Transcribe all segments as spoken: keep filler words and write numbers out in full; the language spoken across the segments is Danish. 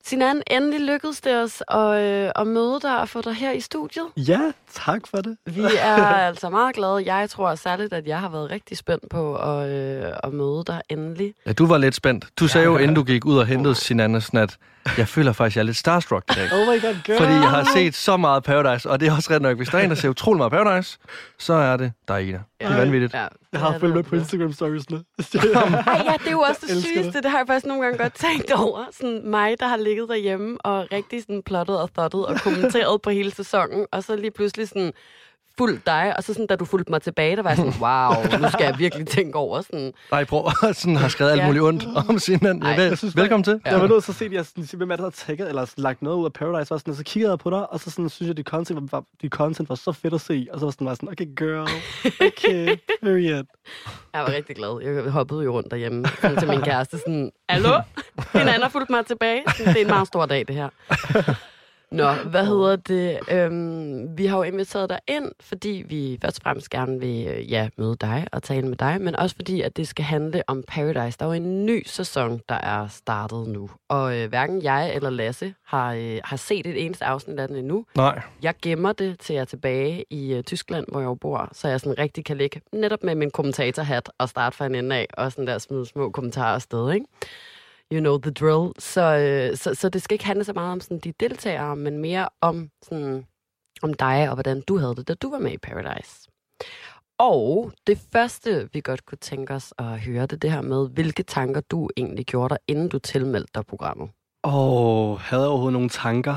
Sinan, endelig lykkedes det os at, øh, at møde dig og få dig her i studiet. Ja, tak for det. Vi er altså meget glade. Jeg tror særligt, at jeg har været rigtig spændt på at, øh, at møde dig endelig. Ja, du var lidt spændt. Du sagde jo, inden du gik ud og hentede Sinan, sådan at jeg føler faktisk, at jeg er lidt starstruck i dag. Oh my god, girl. Fordi jeg har set så meget Paradise, og det er også ret nok. Hvis der er en, der ser utrolig meget Paradise, så er det dig, Ida. Det er vanvittigt. Ja, jeg har fulgt med på Instagram-storiesne. Ej, ja, det er jo også det sygeste. Det. det har jeg faktisk nogle gange godt tænkt over. Sådan mig, der har ligget derhjemme og rigtig sådan plottet og thottet og kommenteret på hele sæsonen, og så lige pludselig sådan fulgt dig, og så sådan, da du fulgte mig tilbage, der var jeg sådan, wow, nu skal jeg virkelig tænke over sådan... Nej, prøv, sådan har skrevet alt muligt ondt om Sinan. Ja, vel, velkommen til. Ja. Jeg var nødt til at se, at jeg sådan, hvem er der har tagget, eller lagt noget ud af Paradise, og, sådan, og så kiggede jeg på dig, og så sådan, synes jeg, at dit content var, dit content var så fedt at se, og så var sådan, var sådan okay, girl, okay, period. Jeg var rigtig glad. Jeg hoppede jo rundt derhjemme sådan til min kæreste, sådan, hallo? En anden har fulgt mig tilbage. Sådan, det er en meget stor dag, det her. Nå, hvad hedder det? Øhm, vi har jo inviteret dig ind, fordi vi først og fremmest gerne vil ja, møde dig og tale med dig, men også fordi, at det skal handle om Paradise. Der er jo en ny sæson, der er startet nu, og øh, hverken jeg eller Lasse har, øh, har set et eneste afsnit af den endnu. Nej. Jeg gemmer det til jeg er tilbage i øh, Tyskland, hvor jeg jo bor, så jeg sådan rigtig kan ligge netop med min kommentatorhat og starte fra en ende af, og sådan der smide små kommentarer afsted, ikke? You know the drill. Så, øh, så, så det skal ikke handle så meget om sådan, de deltagere, men mere om, sådan, om dig og hvordan du havde det, da du var med i Paradise. Og det første, vi godt kunne tænke os at høre, det det her med, hvilke tanker du egentlig gjorde dig, inden du tilmeldte dig programmet. Åh, oh, havde jeg overhovedet nogle tanker?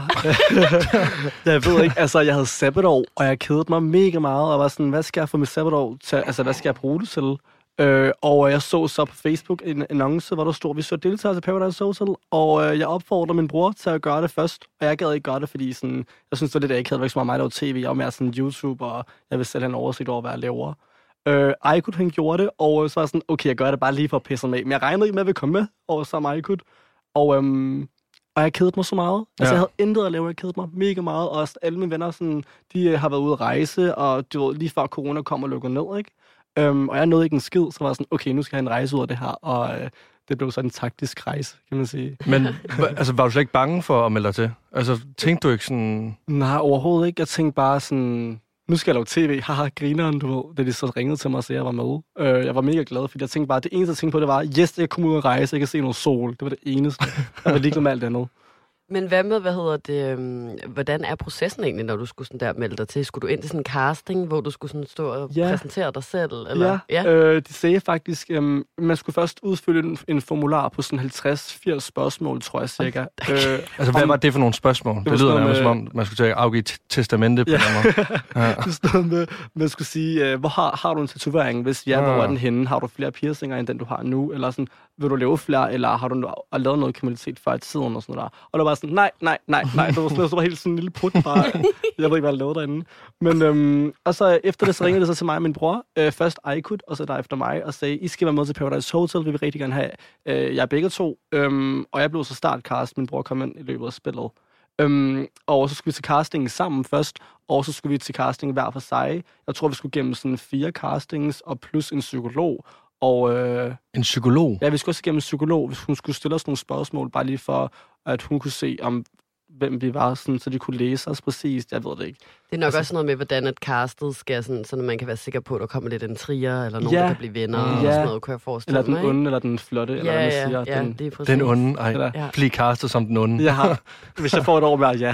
Jeg ved ikke, altså jeg havde sabbatår, og jeg kedede mig mega meget, og var sådan, hvad skal jeg få mit sabbatår til? Altså, hvad skal jeg bruge det til? Øh, og jeg så så på Facebook en annonce, hvor der stod, vi så deltager til Paradise Hotel, og øh, jeg opfordrer min bror til at gøre det først, og jeg gad ikke gøre det, fordi sådan, jeg synes, det var lidt akavet, det var ikke så meget mig, der var tv, jeg var mere sådan YouTube, og jeg vil selv have en oversigt over, hvad jeg laver. Øh, Aykut, han gjorde det, og så var jeg sådan, okay, jeg gør det bare lige for at pisse mig af, men jeg regnede ikke med, at vi kom med over sammen Aykut, og, øhm, og jeg kedede mig så meget. Altså, ja. Jeg havde intet at lave, jeg kedede mig mega meget, og alle mine venner, sådan, de øh, har været ude at rejse, og du ved, lige før corona kom og lukkede ned, ikke? Um, og jeg nåede ikke en skid, så var jeg sådan, okay, nu skal jeg have en rejse ud af det her, og øh, det blev sådan en taktisk rejse, kan man sige. Men altså, var du slet ikke bange for at melde dig til? Altså, tænkte du ikke sådan... Nej, overhovedet ikke. Jeg tænkte bare sådan, nu skal jeg lave tv, haha, grineren, du ved, da de så ringede til mig, så jeg var med. Uh, jeg var mega glad, fordi jeg tænkte bare, det eneste, jeg tænkte på, det var, yes, jeg kom ud og rejse, jeg kan se noget sol. Det var det eneste. Jeg var ligeglad med alt andet. Men hvad med, hvad hedder det, um, hvordan er processen egentlig, når du skulle sådan der melde dig til? Skulle du ind til sådan en casting, hvor du skulle sådan stå og ja. præsentere dig selv? Eller? Ja, ja? Øh, de sagde faktisk, um, man skulle først udfylde en, en formular på sådan halvtreds til firs spørgsmål, tror jeg cirka. Okay. Øh, altså, hvad om, var det for nogle spørgsmål? Det, det lyder nærmest som om, man skulle til at afgive testamente på ja. den måde. Ja. Det stod med, man skulle sige, uh, hvor har, har du en tatovering? Hvis ja, ja, hvor er den henne? Har du flere piercinger, end den du har nu? Eller sådan, vil du lave flere, eller har du lavet noget kriminalitet før i tiden og sådan noget der? Og der var sådan, nej, nej, nej, nej. Det var, sådan, det var helt sådan en lille put bare. Jeg ved ikke, hvad jeg lavede derinde. Men, øhm, og så efter det, så ringede det så til mig og min bror. Øh, først Aykut, og så der efter mig, og sagde, I skal være med til Paradise Hotel, vi vil rigtig gerne have øh, jeg begge to. Øhm, og jeg blev så startcast, min bror kom ind i løbet af spillet. Øhm, og så skulle vi til castingen sammen først, og så skulle vi til casting hver for sig. Jeg tror, vi skulle gennem sådan fire castings, og plus en psykolog. Og, øh, en psykolog? Ja, vi skulle også igennem en psykolog, hvis hun skulle stille os nogle spørgsmål, bare lige for, at hun kunne se, om hvem vi var, sådan, så de kunne læse os præcist. Jeg ved det ikke. Det er nok altså, også noget med, hvordan et castet skal, sådan, så man kan være sikker på, at der kommer lidt en trier, eller nogen, ja, der kan blive venner, ja, og sådan noget, kunne jeg forestille mig. Eller den onde, eller den flotte, ja, eller hvad man ja, siger. Ja, den, det er præcis. Den onde, ej, ja. Bliv castet som den onde. Jeg har, hvis jeg får et år mere, ja.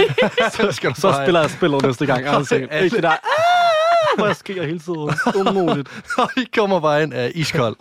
så, skal så spiller jeg spillet næste gang. Altså, ikke det der, hvor jeg skriger hele tiden. Umuligt. I kommer bare ind af iskold.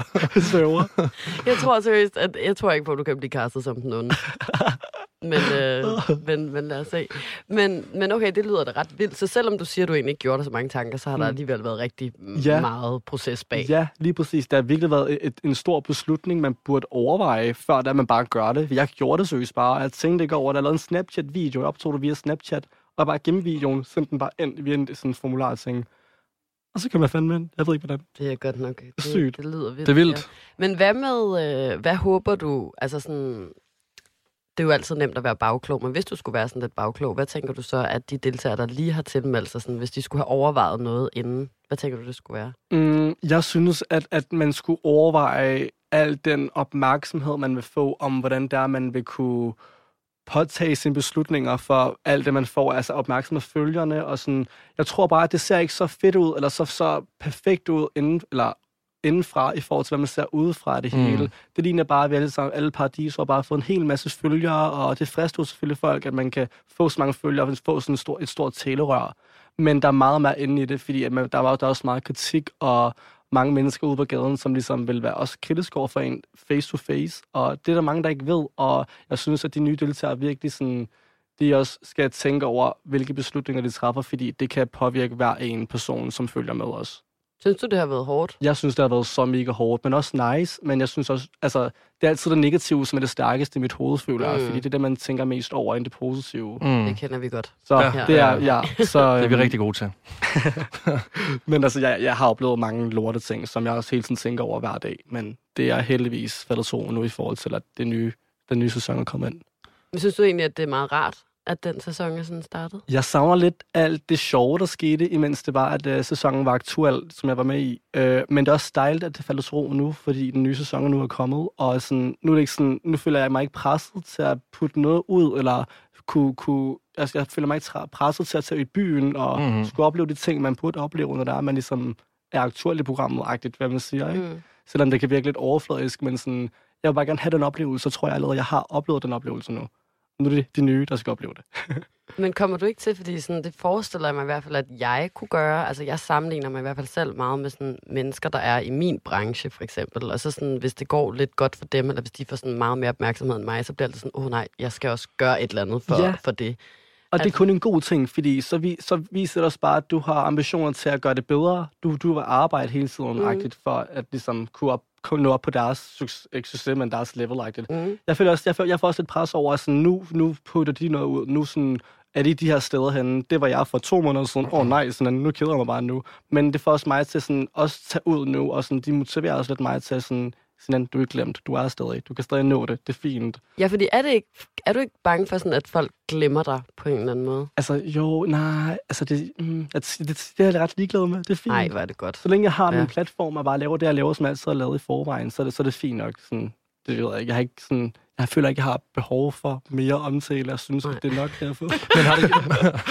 Jeg tror seriøst, at jeg tror ikke på, at du kan blive castet som den onde. Men, øh, men, men lad os se. Men, men okay, det lyder da ret vildt. Så selvom du siger, at du egentlig ikke gjorde dig så mange tanker, så har der mm. alligevel været rigtig ja. meget proces bag. Ja, lige præcis. Der har virkelig været et, et, en stor beslutning, man burde overveje, før da man bare gør det. Jeg gjorde det seriøst bare. Jeg tænkte ikke over, at jeg lavede en Snapchat-video. Jeg optog det via Snapchat, og jeg bare gennem videoen sendte den bare ind via en sådan formular ting. Og så kan man fandme ind. Jeg ved ikke, hvordan. Det er godt nok. Det, Sygt. Det lyder vildt. Det er vildt. Ja. Men hvad med, øh, hvad håber du, altså sådan... Det er jo altid nemt at være bagklog, men hvis du skulle være sådan lidt bagklog, hvad tænker du så, at de deltagere, der lige har tilmeldt sig, sådan, hvis de skulle have overvejet noget inden, hvad tænker du, det skulle være? Mm, jeg synes, at, at man skulle overveje al den opmærksomhed, man vil få, om hvordan der man vil kunne påtage sine beslutninger for alt det, man får, altså opmærksomhed af følgerne, og sådan, jeg tror bare, at det ser ikke så fedt ud, eller så, så perfekt ud inden, eller indenfra, i forhold til, hvad man ser udefra det hele. Mm. Det ligner bare, at vi alle, sammen, alle paradiser har bare fået en hel masse følgere, og det frister selvfølgelig folk, at man kan få så mange følgere, og få sådan et stort, et stort talerør. Men der er meget mere inde i det, fordi at man, der var der er også meget kritik, og mange mennesker ude på gaden, som ligesom vil være også kritisk over for en face to face, og det er der mange, der ikke ved, og jeg synes, at de nye deltagere virkelig sådan, de også skal tænke over, hvilke beslutninger de træffer, fordi det kan påvirke hver en person, som følger med os. Synes du, det har været hårdt? Jeg synes, det har været så mega hårdt, men også nice, men jeg synes også, altså, det er altid det negative, som er det stærkeste i mit hoved, føler jeg, mm. fordi det er det, man tænker mest over, end det positive. Mm. Det kender vi godt. Så ja, det er, ja, så, det er vi rigtig gode til. Men altså, jeg, jeg har oplevet mange lorte ting, som jeg også hele tiden tænker over hver dag, men det er heldigvis faldet så nu i forhold til, at det nye, den nye sæson er kommet ind. Men synes du egentlig, at det er meget rart, at den sæson er sådan startet? Jeg savner lidt alt det sjove, der skete, imens det var, at uh, sæsonen var aktuel, som jeg var med i. Uh, men det er også dejligt, at det falder til ro nu, fordi den nye sæson nu er kommet. Og sådan, nu, er det ikke sådan, nu føler jeg mig ikke presset til at putte noget ud, eller kunne, kunne, altså, jeg føler mig ikke presset til at tage i byen og mm-hmm. skulle opleve de ting, man burde opleve, når der er, man ligesom er aktuel i programmet-agtigt, hvad man siger. Ikke? Mm. Selvom det kan virke lidt overfladisk, men sådan, jeg vil bare gerne have den oplevelse, så tror jeg allerede, jeg har oplevet den oplevelse nu. Nu er det de nye, der skal opleve det. Men kommer du ikke til, fordi sådan, det forestiller jeg mig i hvert fald, at jeg kunne gøre, altså jeg sammenligner mig i hvert fald selv meget med sådan mennesker, der er i min branche, for eksempel. Og så sådan, hvis det går lidt godt for dem, eller hvis de får sådan meget mere opmærksomhed end mig, så bliver det sådan, åh oh, nej, jeg skal også gøre et eller andet for, ja. for det. Og altså, det er kun en god ting, fordi så, vi, så viser det også bare, at du har ambitioner til at gøre det bedre. Du, du vil arbejde hele tiden mm. for at ligesom kunne op kunne nå op på deres succes, men deres level-agtigt. Mm. Jeg føler også, jeg får, jeg får også lidt pres over, at sådan, nu, nu putter de noget ud. Nu sådan, er de de her steder henne. Det var jeg for to måneder siden. Åh oh, nej, sådan, nu keder jeg mig bare nu. Men det får også mig til sådan, også tage ud nu, og sådan, de motiverer også lidt mig til sådan, sådan, du er ikke glemt. Du er stadig. Du kan stadig nå det. Det er fint. Ja, fordi er, det ikke, er du ikke bange for, sådan, at folk glemmer dig på en eller anden måde? Altså, jo, nej. Altså, det, mm, det, det, det er jeg ret ligeglad med. Det er fint. Nej, hvor er det godt. Så længe jeg har ja. min platform, og bare laver det, jeg laver, som jeg altid har lavet i forvejen, så er det, så er det fint nok. Sådan, det ved jeg ikke. Jeg har ikke sådan... Jeg føler ikke, jeg har behov for mere omtale. Jeg synes, at det er nok derfor. Men har det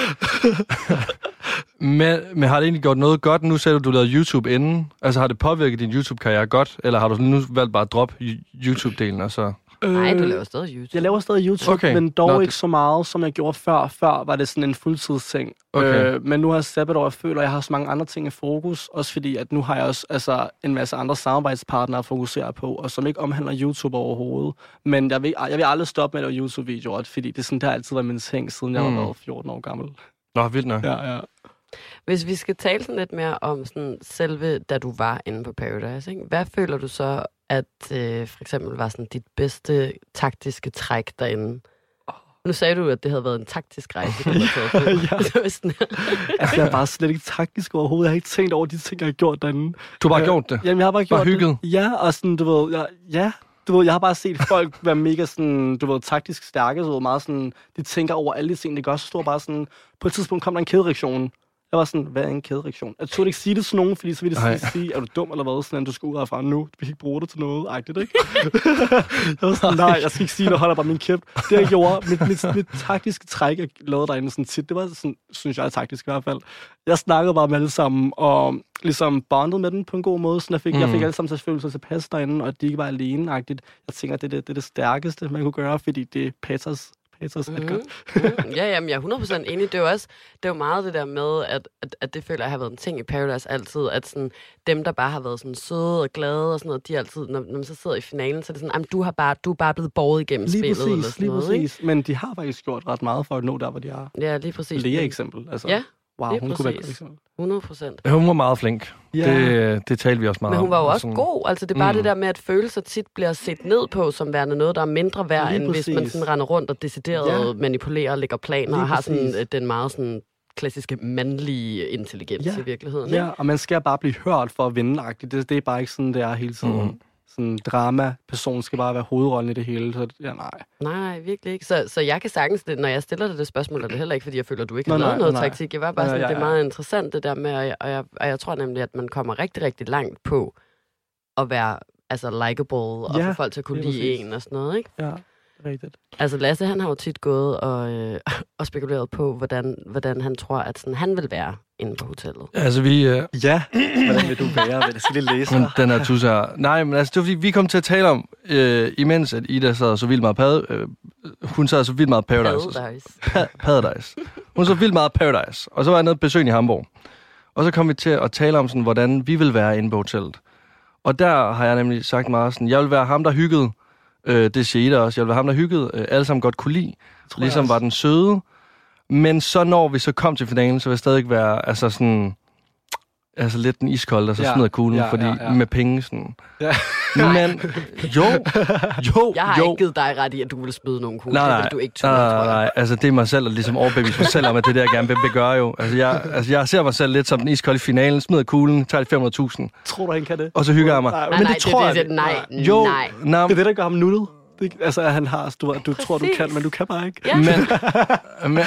men, men har det egentlig gjort noget godt? Nu sagde du, du lavede YouTube inden. Altså, har det påvirket din YouTube-karriere godt? Eller har du nu valgt bare at droppe YouTube-delen, og så... Nej, du laver stadig YouTube. Jeg laver stadig YouTube, okay. men dog Nå, ikke det... så meget, som jeg gjorde før. Før var det sådan en fuldtidsting. Okay. Øh, men nu har jeg sabbatår, jeg føler, at jeg har så mange andre ting i fokus. Også fordi, at nu har jeg også altså, en masse andre samarbejdspartnere at fokusere på, og som ikke omhandler YouTube overhovedet. Men jeg vil, jeg vil aldrig stoppe med at lave YouTube-videoer, fordi det er sådan, der altid været min ting, siden jeg mm. var fjorten år gammel. Nå, vildt nok. Ja, ja. Hvis vi skal tale sådan lidt mere om sådan selve, da du var inde på Paradise, ikke? Hvad føler du så, at øh, for eksempel var sådan dit bedste taktiske træk derinde? Oh. Nu sagde du, at det havde været en taktisk rejse, du havde taget på. Ja. Altså, jeg er bare slet ikke taktisk overhovedet. Jeg har ikke tænkt over de ting, jeg har gjort derinde. Du har bare gjort det? Jamen, jeg har bare gjort bare hygget. det. Ja, og sådan, du ved, jeg, ja, du ved, jeg har bare set folk være mega sådan, du ved, taktisk stærke, så meget sådan, de tænker over alle de ting, det gør, så står bare sådan, på et tidspunkt kom der en kædereaktion. Jeg var sådan, hvad er en kædereaktion? Jeg turde ikke sige det til nogen, fordi så ville det sige, er du dum eller hvad? Sådan, du skal ud herfra nu. Du vil ikke bruge det til noget. Ej, det er ikke. Jeg var sådan, nej, jeg skal ikke sige det, holder bare min kæft. Det jeg gjorde, mit, mit, mit taktiske træk, jeg lavede derinde sådan tit, det var sådan, synes jeg er taktisk i hvert fald. Jeg snakkede bare med alle sammen, og ligesom bondede med den på en god måde. Sådan, jeg, fik, mm. jeg fik alle sammen til føle sig tilpas derinde, og de ikke var alene-agtigt. Jeg tænker, det er det, det, er det stærkeste, man kunne gøre, fordi det er Peters Peters mm-hmm. mm-hmm. Ja, jamen, jeg er hundrede procent enig. Det er jo også det er jo meget det der med, at, at, at det føler jeg har været en ting i Paradise altid, at sådan, dem, der bare har været sådan søde og glade og sådan noget, de altid, når, når man så sidder i finalen, så er det sådan, du har bare, du er bare blevet båret igennem lige spillet. Præcis, eller sådan lige noget, præcis. Ikke? Men de har faktisk gjort ret meget for at nå der, hvor de er. Ja, lige præcis. Lea eksempel. Altså. Ja. Wow, lige hun præcis. kunne være et eksempel. hundrede procent. Hun var meget flink. Yeah. Det, det talte vi også meget om. Men hun var jo også sådan... god. Altså, det er bare mm. det der med, at følelser tit bliver set ned på, som værende noget, der er mindre værd, end hvis man sådan render rundt og decideret yeah. manipulerer og lægger planer, lige og har sådan, den meget sådan klassiske mandlige intelligens yeah. i virkeligheden. Ja, yeah. og man skal bare blive hørt for at vinde. Det, det er bare ikke sådan, det er hele tiden. Mm. Sådan drama, personen skal bare være hovedrollen i det hele, så ja, nej. Nej, nej, virkelig ikke. Så, så jeg kan sagtens, det, når jeg stiller dig det spørgsmål, er det heller ikke, fordi jeg føler, at du ikke har lavet noget nej. taktik. Jeg var bare sådan, ja, ja, ja. Det er meget interessant det der med, og jeg, og, jeg, og jeg tror nemlig, at man kommer rigtig, rigtig langt på at være altså likable, og ja, få folk til at kunne lide en og sådan noget, ikke? Ja. rigtigt. Altså Lasse, han har jo tit gået og, øh, og spekuleret på, hvordan, hvordan han tror, at sådan, han vil være inde på hotellet. Altså, vi... Øh... Ja, hvordan vil du være? Jeg skal lige læse Men den her tusse her. Nej, men altså, det var fordi, vi kom til at tale om, øh, imens at Ida sad så vildt meget pad, øh, hun sad så vildt meget Paradise. Paradise. Pa- Paradise. Hun så vildt meget Paradise. Og så var jeg nede og besøg i Hamburg. Og så kom vi til at tale om, sådan, hvordan vi vil være inde på hotellet. Og der har jeg nemlig sagt meget sådan, jeg vil være ham, der hyggede. Øh, det siger Ida også. Jeg vil være ham, der hyggede. Øh, alle sammen godt kunne lide. Ligesom var den søde. Men så når vi så kom til finalen, så vil jeg stadig være altså sådan... Altså lidt den iskolde, og så ja, smider kuglen, ja, fordi ja, ja. Med penge sådan. Ja. Men jo, jo, Jeg har jo. ikke givet dig ret i, at du ville smide nogle kugler. Nej, nej, det vil du ikke turde, nej, tror jeg. nej, altså det er mig selv, der ligesom overbevise mig selv om, at det der jeg gerne vil gøre jo. Altså jeg, altså jeg ser mig selv lidt som den iskolde i finalen, smider kuglen, tager fem hundrede tusind. Tror du, han kan det? Og så hygger jeg mig. Nej, Men nej, det tror det, jeg. det, nej, jo, nej. Nej. Det er det, der gør ham nuttet. Det, altså, han har, du, du tror, du Præcis. kan, men du kan bare ikke. Ja. Men, men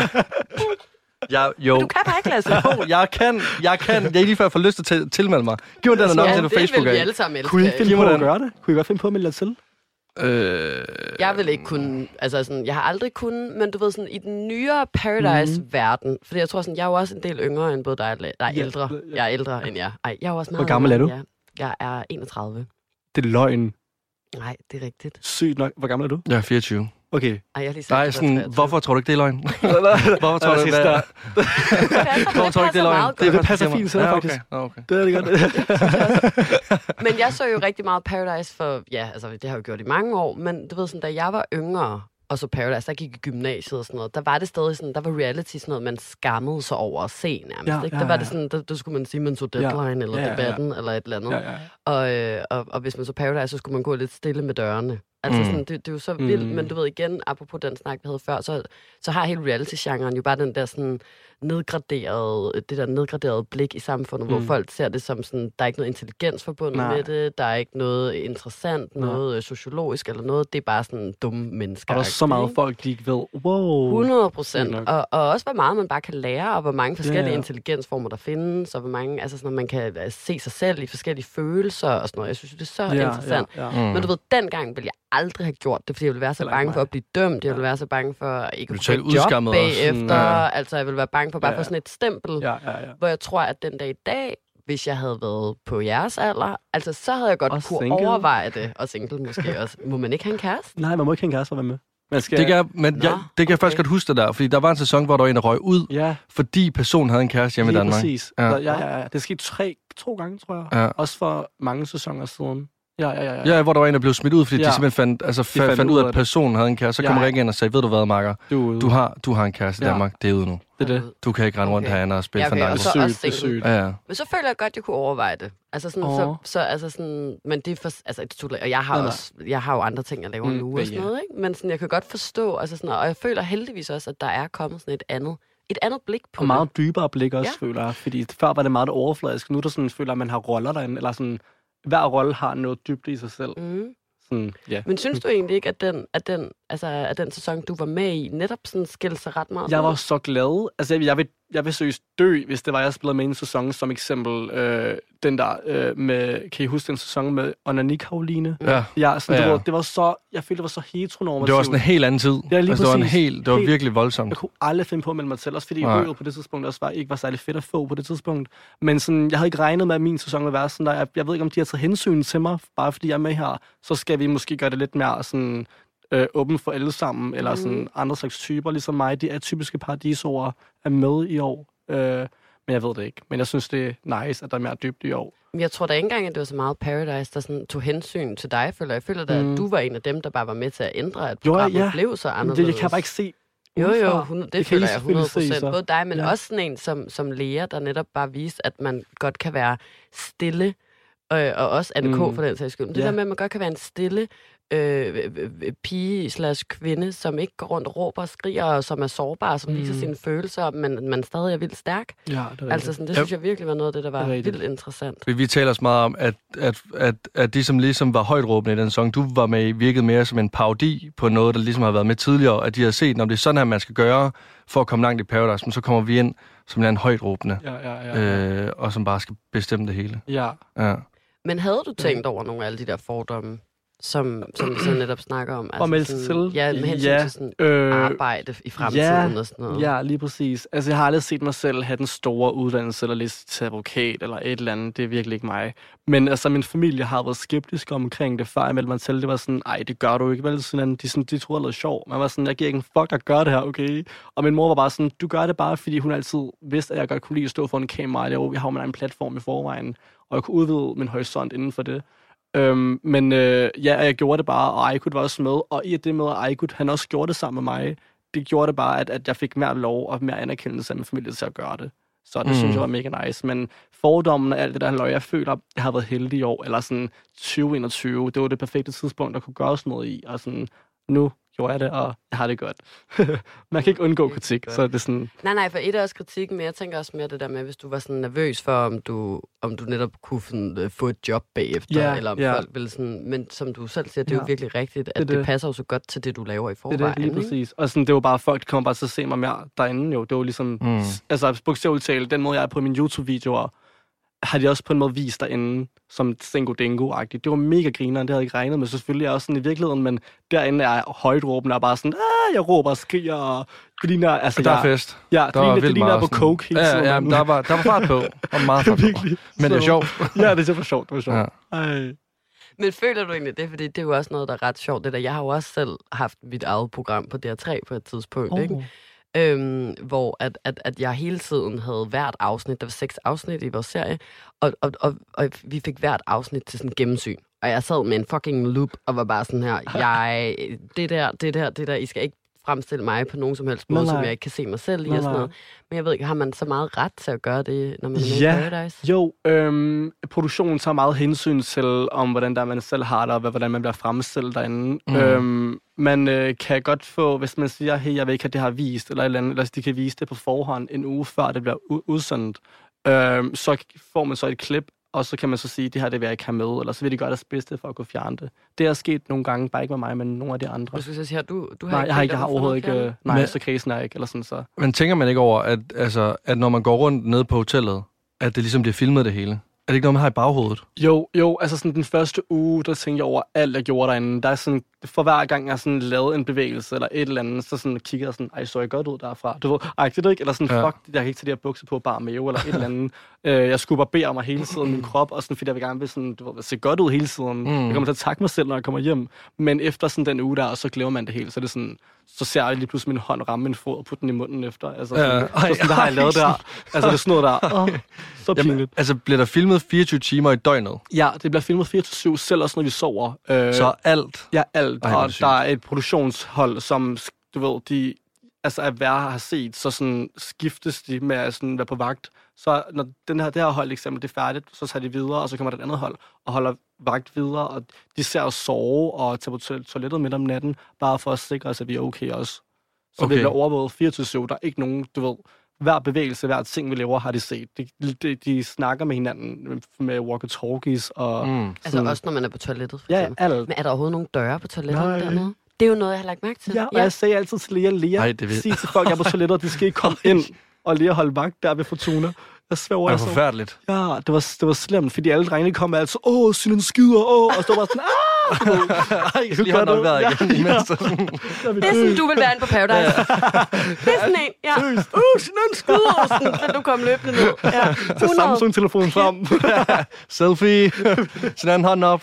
jeg, jo. Du kan bare ikke, Lasse. Jo, jeg kan, jeg kan. Jeg er lige før jeg får lyst til at tilmelde mig. Giv mig den Ja, og til det på Facebook vil vi af. alle sammen elske. Kunne I ikke finde Giv på mig at den. gøre det? Kunne I godt finde på at melde jer til? Øh, Jeg vil ikke kunne, altså sådan, jeg har aldrig kunnet, men du ved sådan, i den nyere Paradise-verden, mm. fordi jeg tror sådan, jeg er jo også en del yngre end både dig og La- Nej, Ja, ældre. ja. Jeg er ældre end jer. Ej, jeg er jo også meget Hvor gammel er yngre du? end jer. Jeg er enogtredive. Det er løgn. Nej, det er rigtigt. Sygt nok. Hvor gammel er du? jeg er fireogtyve. Okay. Ej, jeg har lige sagt, Nej, at jeg var sådan, treogtyve. hvorfor tror du ikke, det er løgn? Hvorfor tror du ikke, det er Hvorfor tror du ikke, det er løgn? Det, det passer fint til dig, ja, faktisk. okay. okay. Det er det godt. men jeg så jo rigtig meget Paradise for, ja, altså det har jeg jo gjort i mange år, men du ved sådan, da jeg var yngre, og så Paradise, der gik i gymnasiet og sådan noget, der var det stadig sådan, der var reality sådan noget, man skammede sig over at se nærmest, Ja, ikke? ja, Der var ja. det sådan, der, der skulle man sige, man så Deadline, Ja. eller Ja, ja, ja. Debatten, eller et eller andet. Ja, ja. Og, øh, og, og hvis man så Paradise, så skulle man gå lidt stille med dørene. Altså Mm. sådan, det, det er jo så vildt, Mm. men du ved igen, apropos den snak, vi havde før, så, så har hele reality-genren jo bare den der sådan nedgraderede, det der nedgraderede blik i samfundet, mm. hvor folk ser det som sådan, der er ikke noget intelligens forbundet Nej. med det, der er ikke noget interessant, Nej. noget sociologisk eller noget, det er bare sådan dumme mennesker. Og der er så meget folk, de ikke ved. Wow. hundrede procent. Fint nok. Og, og også, hvor meget man bare kan lære, og hvor mange forskellige Ja, ja. intelligensformer, der findes, og hvor mange, altså sådan, man kan uh, se sig selv i forskellige følelser og sådan noget. Jeg synes, det er så Ja, interessant. ja, ja. Mm. Men du ved, dengang ville jeg aldrig have gjort det, fordi jeg ville være så Heller ikke bange mig. for at blive dømt. Jeg ville være så bange for at ikke Du kunne selv få et job udskammet også. bagefter. Ja. Altså, jeg ville være bange for bare Ja, at få ja. sådan et stempel, Ja, ja, ja. hvor jeg tror, at den dag i dag, hvis jeg havde været på jeres alder, altså så havde jeg godt Og kunne single. overveje det. Og single måske også. Må man ikke have en kæreste? Nej, man må ikke have en kæreste for at være med. Man skal... Det kan, jeg, men Nå, jeg, det kan jeg faktisk okay. godt huske det der, fordi der var en sæson, hvor der var en, der røg ud, Ja, fordi personen havde en kæreste hjemme i lige Danmark. præcis. Ja. Ja. Ja, ja, ja. Det skete tre, to gange, tror jeg. Ja. Også for mange sæsoner siden. Ja, ja, ja. ja. Ja, hvor der var en, der blev smidt ud, fordi ja. Ja. de simpelthen fandt, altså, fandt, fandt fandt ud ud af af, at det. personen havde en kæreste. Så Ja. kommer Rikke ind og sagde, ved du hvad, Marker? Du, Du har, du har en kæreste i Ja. Danmark, det er ude nu. det er det. Du kan ikke rende rundt Okay. herinde og spille Ja, okay, fandango. og så Sygt, også det er single. sygt. Ja, ja. Men så føler jeg godt, at jeg kunne overveje det. Altså sådan, Åh. så, så, altså sådan, men det er for, altså et studie, og jeg har Nej, nej. også, jeg har jo andre ting at lave Mm, nu og ja, sådan ja. noget, ikke? Men sådan, jeg kan godt forstå, altså sådan, og jeg føler heldigvis også, at der er kommet sådan et andet, et andet blik på Og meget dybere blik også, Ja. ja. føler jeg. Fordi før var det meget overfladisk. Nu er der sådan, føler at man har roller derinde. Eller sådan, hver rolle har noget dybt i sig selv. det. Mm. Sådan, ja. Men synes du egentlig ikke, at den, at den, altså, at den sæson, du var med i, netop sådan skilte sig ret meget? Jeg ud? var så glad. Altså, jeg, jeg, vil, jeg vil seriøst dø, hvis det var, jeg spillede med i en sæson, som eksempel øh, den der øh, med, kan I huske den sæson med Onani Karoline? Ja. Ja, sådan, Ja. Det, var, det var så, jeg følte, det var så heteronormativt. Det var sådan en helt anden tid. Ja, lige altså, det var, en præcis. helt, det var Helt- virkelig voldsomt. Jeg kunne aldrig finde på at melde mig til, også fordi Nej. røvet på det tidspunkt også var, ikke var særlig fedt at få på det tidspunkt. Men sådan, jeg havde ikke regnet med, at min sæson ville være sådan der. Jeg, jeg ved ikke, om de har taget hensyn til mig, bare fordi jeg er med her. Så skal vi måske gøre det lidt mere sådan, øh, åben for alle sammen, eller Mm. sådan andre slags typer, ligesom mig. De atypiske paradisord er med i år. Øh, men jeg ved det ikke. Men jeg synes, det er nice, at der er mere dybt i år. Men jeg tror da ikke engang, at det var så meget Paradise, der sådan tog hensyn til dig, føler jeg. Jeg føler da, Mm. at du var en af dem, der bare var med til at ændre, at Jo, programmet ja. blev så Men anderledes. det, jeg kan bare ikke se Jo, jo, udefra. hundrede- kan det føler I jeg selvfølgelig hundrede se, procent. så. Både dig, men Ja. også sådan en som, som Lea, der netop bare viste, at man godt kan være stille, øh, og også Anne K. Mm. for den sags skyld. Men det Ja. der med, at man godt kan være en stille øh, øh, øh, pige slash kvinde, som ikke går rundt og råber og skriger, og som er sårbar, og som Mm. viser sine følelser, men man stadig er vildt stærk. Ja, det er rigtigt. Altså sådan, det Ja. synes jeg virkelig var noget af det, der var Det er rigtigt. vildt interessant. Vi, vi taler også meget om, at, at, at, at de, som ligesom var højtråbende i den sæson, du var med i, virkede mere som en parodi på noget, der ligesom har været med tidligere, at de har set, når det er sådan her, man skal gøre for at komme langt i Paradise, men så kommer vi ind som en højtråbende, Ja, ja, ja. ja. øh, og som bare skal bestemme det hele. ja. Ja. Men havde du tænkt over nogle af alle de der fordomme? som, som vi så netop snakker om. Altså, og melde sig til? Ja, med hensyn ja, til sådan øh, arbejde i fremtiden ja, og sådan noget. Ja, lige præcis. Altså, jeg har aldrig set mig selv have den store uddannelse, eller læse til advokat, eller et eller andet. Det er virkelig ikke mig. Men altså, min familie har været skeptisk omkring det, før jeg meldte mig til. Det var sådan, ej, det gør du ikke, vel? Sådan, de, sådan, de troede, det var sjovt. Man var sådan, jeg giver ikke en fuck, der gør det her, okay? Og min mor var bare sådan, du gør det bare, fordi hun altid vidste, at jeg godt kunne lide at stå for en kamera. Jeg har jo en platform i forvejen, og jeg kunne udvide min horisont inden for det. Øhm, men øh, ja, jeg gjorde det bare, og Aykut var også med. Og i det med, at Aykut, han også gjorde det sammen med mig, det gjorde det bare, at, at jeg fik mere lov og mere anerkendelse af min familie til at gøre det. Så det mm. synes jeg var mega nice. Men fordommen og alt det der, løg, jeg føler, jeg har været heldig i år, eller sådan tyve enogtyve, det var det perfekte tidspunkt, at kunne gøre sådan noget i. Og sådan, nu gjorde jeg det, og jeg har det godt. Man kan ikke undgå kritik, så det er sådan... Nej, nej, for et er også kritikken, men jeg tænker også mere det der med, hvis du var sådan nervøs for, om du, om du netop kunne sådan, uh, få et job bagefter, yeah, eller om yeah. folk ville sådan... Men som du selv siger, det er ja. jo virkelig rigtigt, at det, det, det passer jo så godt til det, du laver i forvejen. Det er det, lige præcis. Og sådan, det var bare folk, der kommer bare til at se mig mere derinde, jo. Det var ligesom... Mm. Altså, bogstaveligt talt, den måde, jeg er på mine YouTube-videoer, har de også på en måde vist derinde, som Sengo Dengo-agtigt. Det var mega grineren, det havde jeg ikke regnet med. Selvfølgelig er jeg også sådan i virkeligheden, men derinde er højtråbende og bare sådan, ah, jeg råber og skriger, og det ligner... Altså, der er jeg, fest. Ja, det ligner, det ligner på coke hele tiden. Ja, ja, der var, der var fart på, og meget fart på. Men det er sjovt. Ja, det er så sjovt, det var sjovt. Ja. Ej. Men føler du egentlig det? Fordi det er jo også noget, der er ret sjovt. Det der. Jeg har jo også selv haft mit eget program på D R tre på et tidspunkt, oh. ikke? Øhm, hvor at, at, at jeg hele tiden havde hvert afsnit, der var seks afsnit i vores serie, og, og, og, og vi fik hvert afsnit til sådan gennemsyn. Og jeg sad med en fucking loop og var bare sådan her, jeg, det der, det der, det der, I skal ikke fremstille mig på nogen som helst måde, som jeg ikke kan se mig selv i og sådan noget. Men jeg ved ikke, har man så meget ret til at gøre det, når man er med ja, i Paradise? Jo, øhm, produktionen tager meget hensyn til, om hvordan der man selv har det, og hvordan man bliver fremstillet derinde. Mm. Øhm, man øh, kan godt få, hvis man siger, hey, jeg vil ikke have det her vist, eller et eller andet, eller de kan vise det på forhånd en uge før det bliver u- udsendt, øhm, så får man så et klip, og så kan man så sige, det her det vil jeg ikke have med, eller så vil de gøre deres bedste for at kunne fjerne det. Det er sket nogle gange, bare ikke med mig, men nogle af de andre. Du skal så sige, du, du har nej, ikke jeg har ikke, jeg har overhovedet ikke, øh, nej, men, så krisen er ikke, eller sådan så. Men tænker man ikke over, at, altså, at når man går rundt nede på hotellet, at det ligesom bliver filmet det hele? Er det ikke noget, man har i baghovedet? Jo, jo, altså sådan den første uge, der tænkte jeg over alt, jeg gjorde derinde. Der er sådan, for hver gang jeg sådan lavede en bevægelse eller et eller andet, så sådan kigger jeg sådan, ej, så jeg godt ud derfra. Du ved, ej, det er ikke, eller sådan, ja. Fuck, jeg kan ikke tage de her bukser på, bare mave eller et eller andet. øh, jeg skulle barbere mig hele tiden min krop, og sådan, fordi jeg vil gerne vil sådan, du ved, se godt ud hele tiden. Mm. Jeg kommer til at takke mig selv, når jeg kommer hjem. Men efter sådan den uge der, så glemmer man det hele, så det er sådan, så ser jeg lige pludselig min hånd ramme min fod og putte den i munden efter. Altså sådan, ja. Ej, så sådan, der har jeg lavet der. Altså det er sådan noget der. Oh, så pinligt. Jamen, altså bliver der filmet fireogtyve timer i døgnet? Ja, det bliver filmet fireogtyve syv, selv også når vi sover. Øh, så alt? Ja, alt. Ej, og der er et produktionshold, som, du ved, de altså er værd at have set, så sådan skiftes de med at sådan være på vagt. Så når den her, det her hold eksempel, det er færdigt, så tager de videre, og så kommer der et andet hold og holder vagt videre, og de ser os sove og tager på toilettet midt om natten, bare for at sikre os, at vi er okay også. Så okay. Vi bliver overvåget fireogtyve syv. Der er ikke nogen, du ved, hver bevægelse, hver ting, vi laver, har de set. De, de, de snakker med hinanden med walkie-talkies og... Mm. Altså også når man er på toilettet, for ja, eksempel. alt. Men er der overhovedet nogle døre på toilettet dernede? Det er jo noget, jeg har lagt mærke til. Ja, og ja. Jeg sagde altid til Lea, Lea, sig til folk, jeg er på toilettet, de skal ikke komme ind og Lea holde vagt der ved Fortuna. Jeg sværger, det var forfærdeligt. Ja, det var, det var slemt, fordi alle drengene kom og altså, åh, Synden skider, åh, og stod bare sådan, aah! Ej, jeg skal lige holde nok vejret igen. Ja, ja. Det er sådan, du vil være inde på Paradise. Det er sådan en, ja. Uh, Synden skider, sådan, så du kom løbende ned. Ja. Så Samsung-telefonen frem. Selfie. Sådan en hånd op.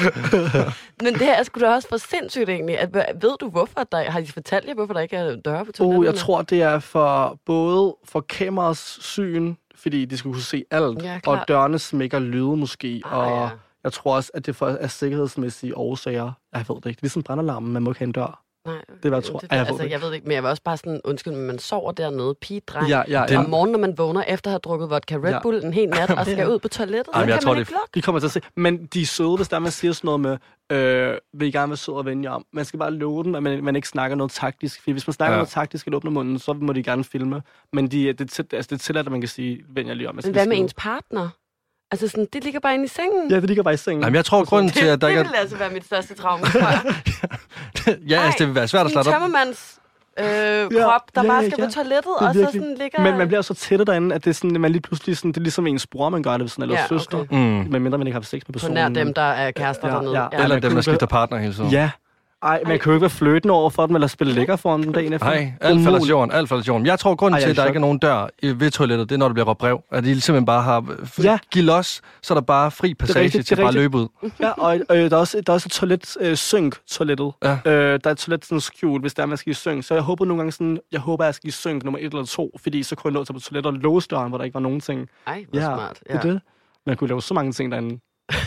Men det her er sgu da også for sindssygt egentlig. At, ved du, hvorfor der, har de fortalt jer, hvorfor der ikke er døre på toiletterne? Oh, jeg tror, det er for både for kameras syn, fordi de skulle kunne se alt, ja, og dørene smækker lyde måske, ah, og ja. Jeg tror også, at det for er sikkerhedsmæssige årsager. Jeg ved det ikke. Det er ligesom brandalarmen, man må ikke have en dør. Nej, det er, hvad jeg tror. Det, det, jeg, altså, ved jeg ved ikke, men jeg var også bare sådan, undskyld, men man sover dernede, pige, dreng, ja, ja, ja. om morgenen, når man vågner efter at have drukket vodka Red Bull ja. en hel nat, og skal ud på toilettet, Ej, så kan tror, man ikke lukke. De kommer til at se, men de er søde, hvis der man siger sådan noget med, øh, vil I gerne være søde og vende jer om. Man skal bare love dem, at man, man ikke snakker noget taktisk, for hvis man snakker ja. noget taktisk eller åbner munden, så må de gerne filme, men de, det, det, altså, det er tilladt, at man kan sige, vend jer lige om. Men hvad med ens partner? Altså sådan, det ligger bare inde i sengen. Ja, det ligger bare i sengen. Jamen, jeg tror, grunden til, at der det, ikke det vil altså være mit største traume, tror jeg. Ja, altså, det vil være svært at slette op. Tømmermands øh, krop, der ja, bare skal ja, på toilettet, og så sådan ligger... Men man bliver så tætte derinde, at det er sådan, man lige pludselig sådan, det er ligesom ens bror, man gør det, sådan, eller Ja, søster. okay. Mm. Men mindre man ikke har sex med På personen. nær dem, der er kærester Ja, dernede. ja. Ja. Eller man dem, kunne der skifter ikke- partner hele tiden. Ja. Ej, man kan jo ikke være flirtende over for dem, eller spille lækker for dem dagen efter. Nej, alt falder til jorden, alt falder til jorden. Jeg tror, grunden Ej, jeg til, er at der i ikke er nogen dør i- ved toilettet, det er, når der bliver råbt brev. At de simpelthen bare har... Ja. Ja. Giv los, så er der bare fri passage rigtigt, til det er bare at rigtigt. løbe ud. Ja, og øh, der er også, der er også et toilet, øh, synk-toilettet. Ja. Øh, der er et toilet sådan skjult, hvis der er, man skal i synk. Så jeg håber nogle gange sådan, jeg håber, jeg skal i synk nummer et eller to, fordi så kunne jeg nå til på toilettet og låse døren, hvor der ikke var nogen ting. Ej, hvor Ja, smart. det er det. Man kunne lave så mange ting derinde.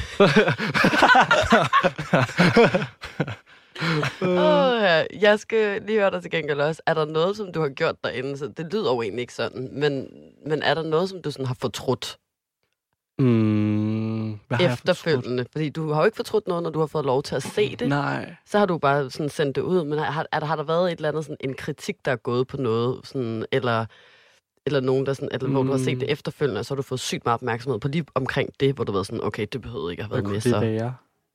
Åh, ja. Jeg skal lige høre dig til gengæld også. Er der noget, som du har gjort derinde? Så det lyder jo egentlig ikke sådan. Men, men er der noget, som du sådan har fortrudt Mm, hvad har jeg efterfølgende? Fordi du har jo ikke fortrudt noget, når du har fået lov til at se det. Nej. Så har du bare sådan sendt det ud. Men har, er der, har der været et eller andet, sådan en kritik, der er gået på noget? Sådan, eller, eller nogen, der sådan, eller, mm. hvor du har set det efterfølgende, og så har du fået sygt meget opmærksomhed på lige omkring det, hvor du har været sådan, okay, det behøvede ikke at have været Hvad med. kunne Så. det være?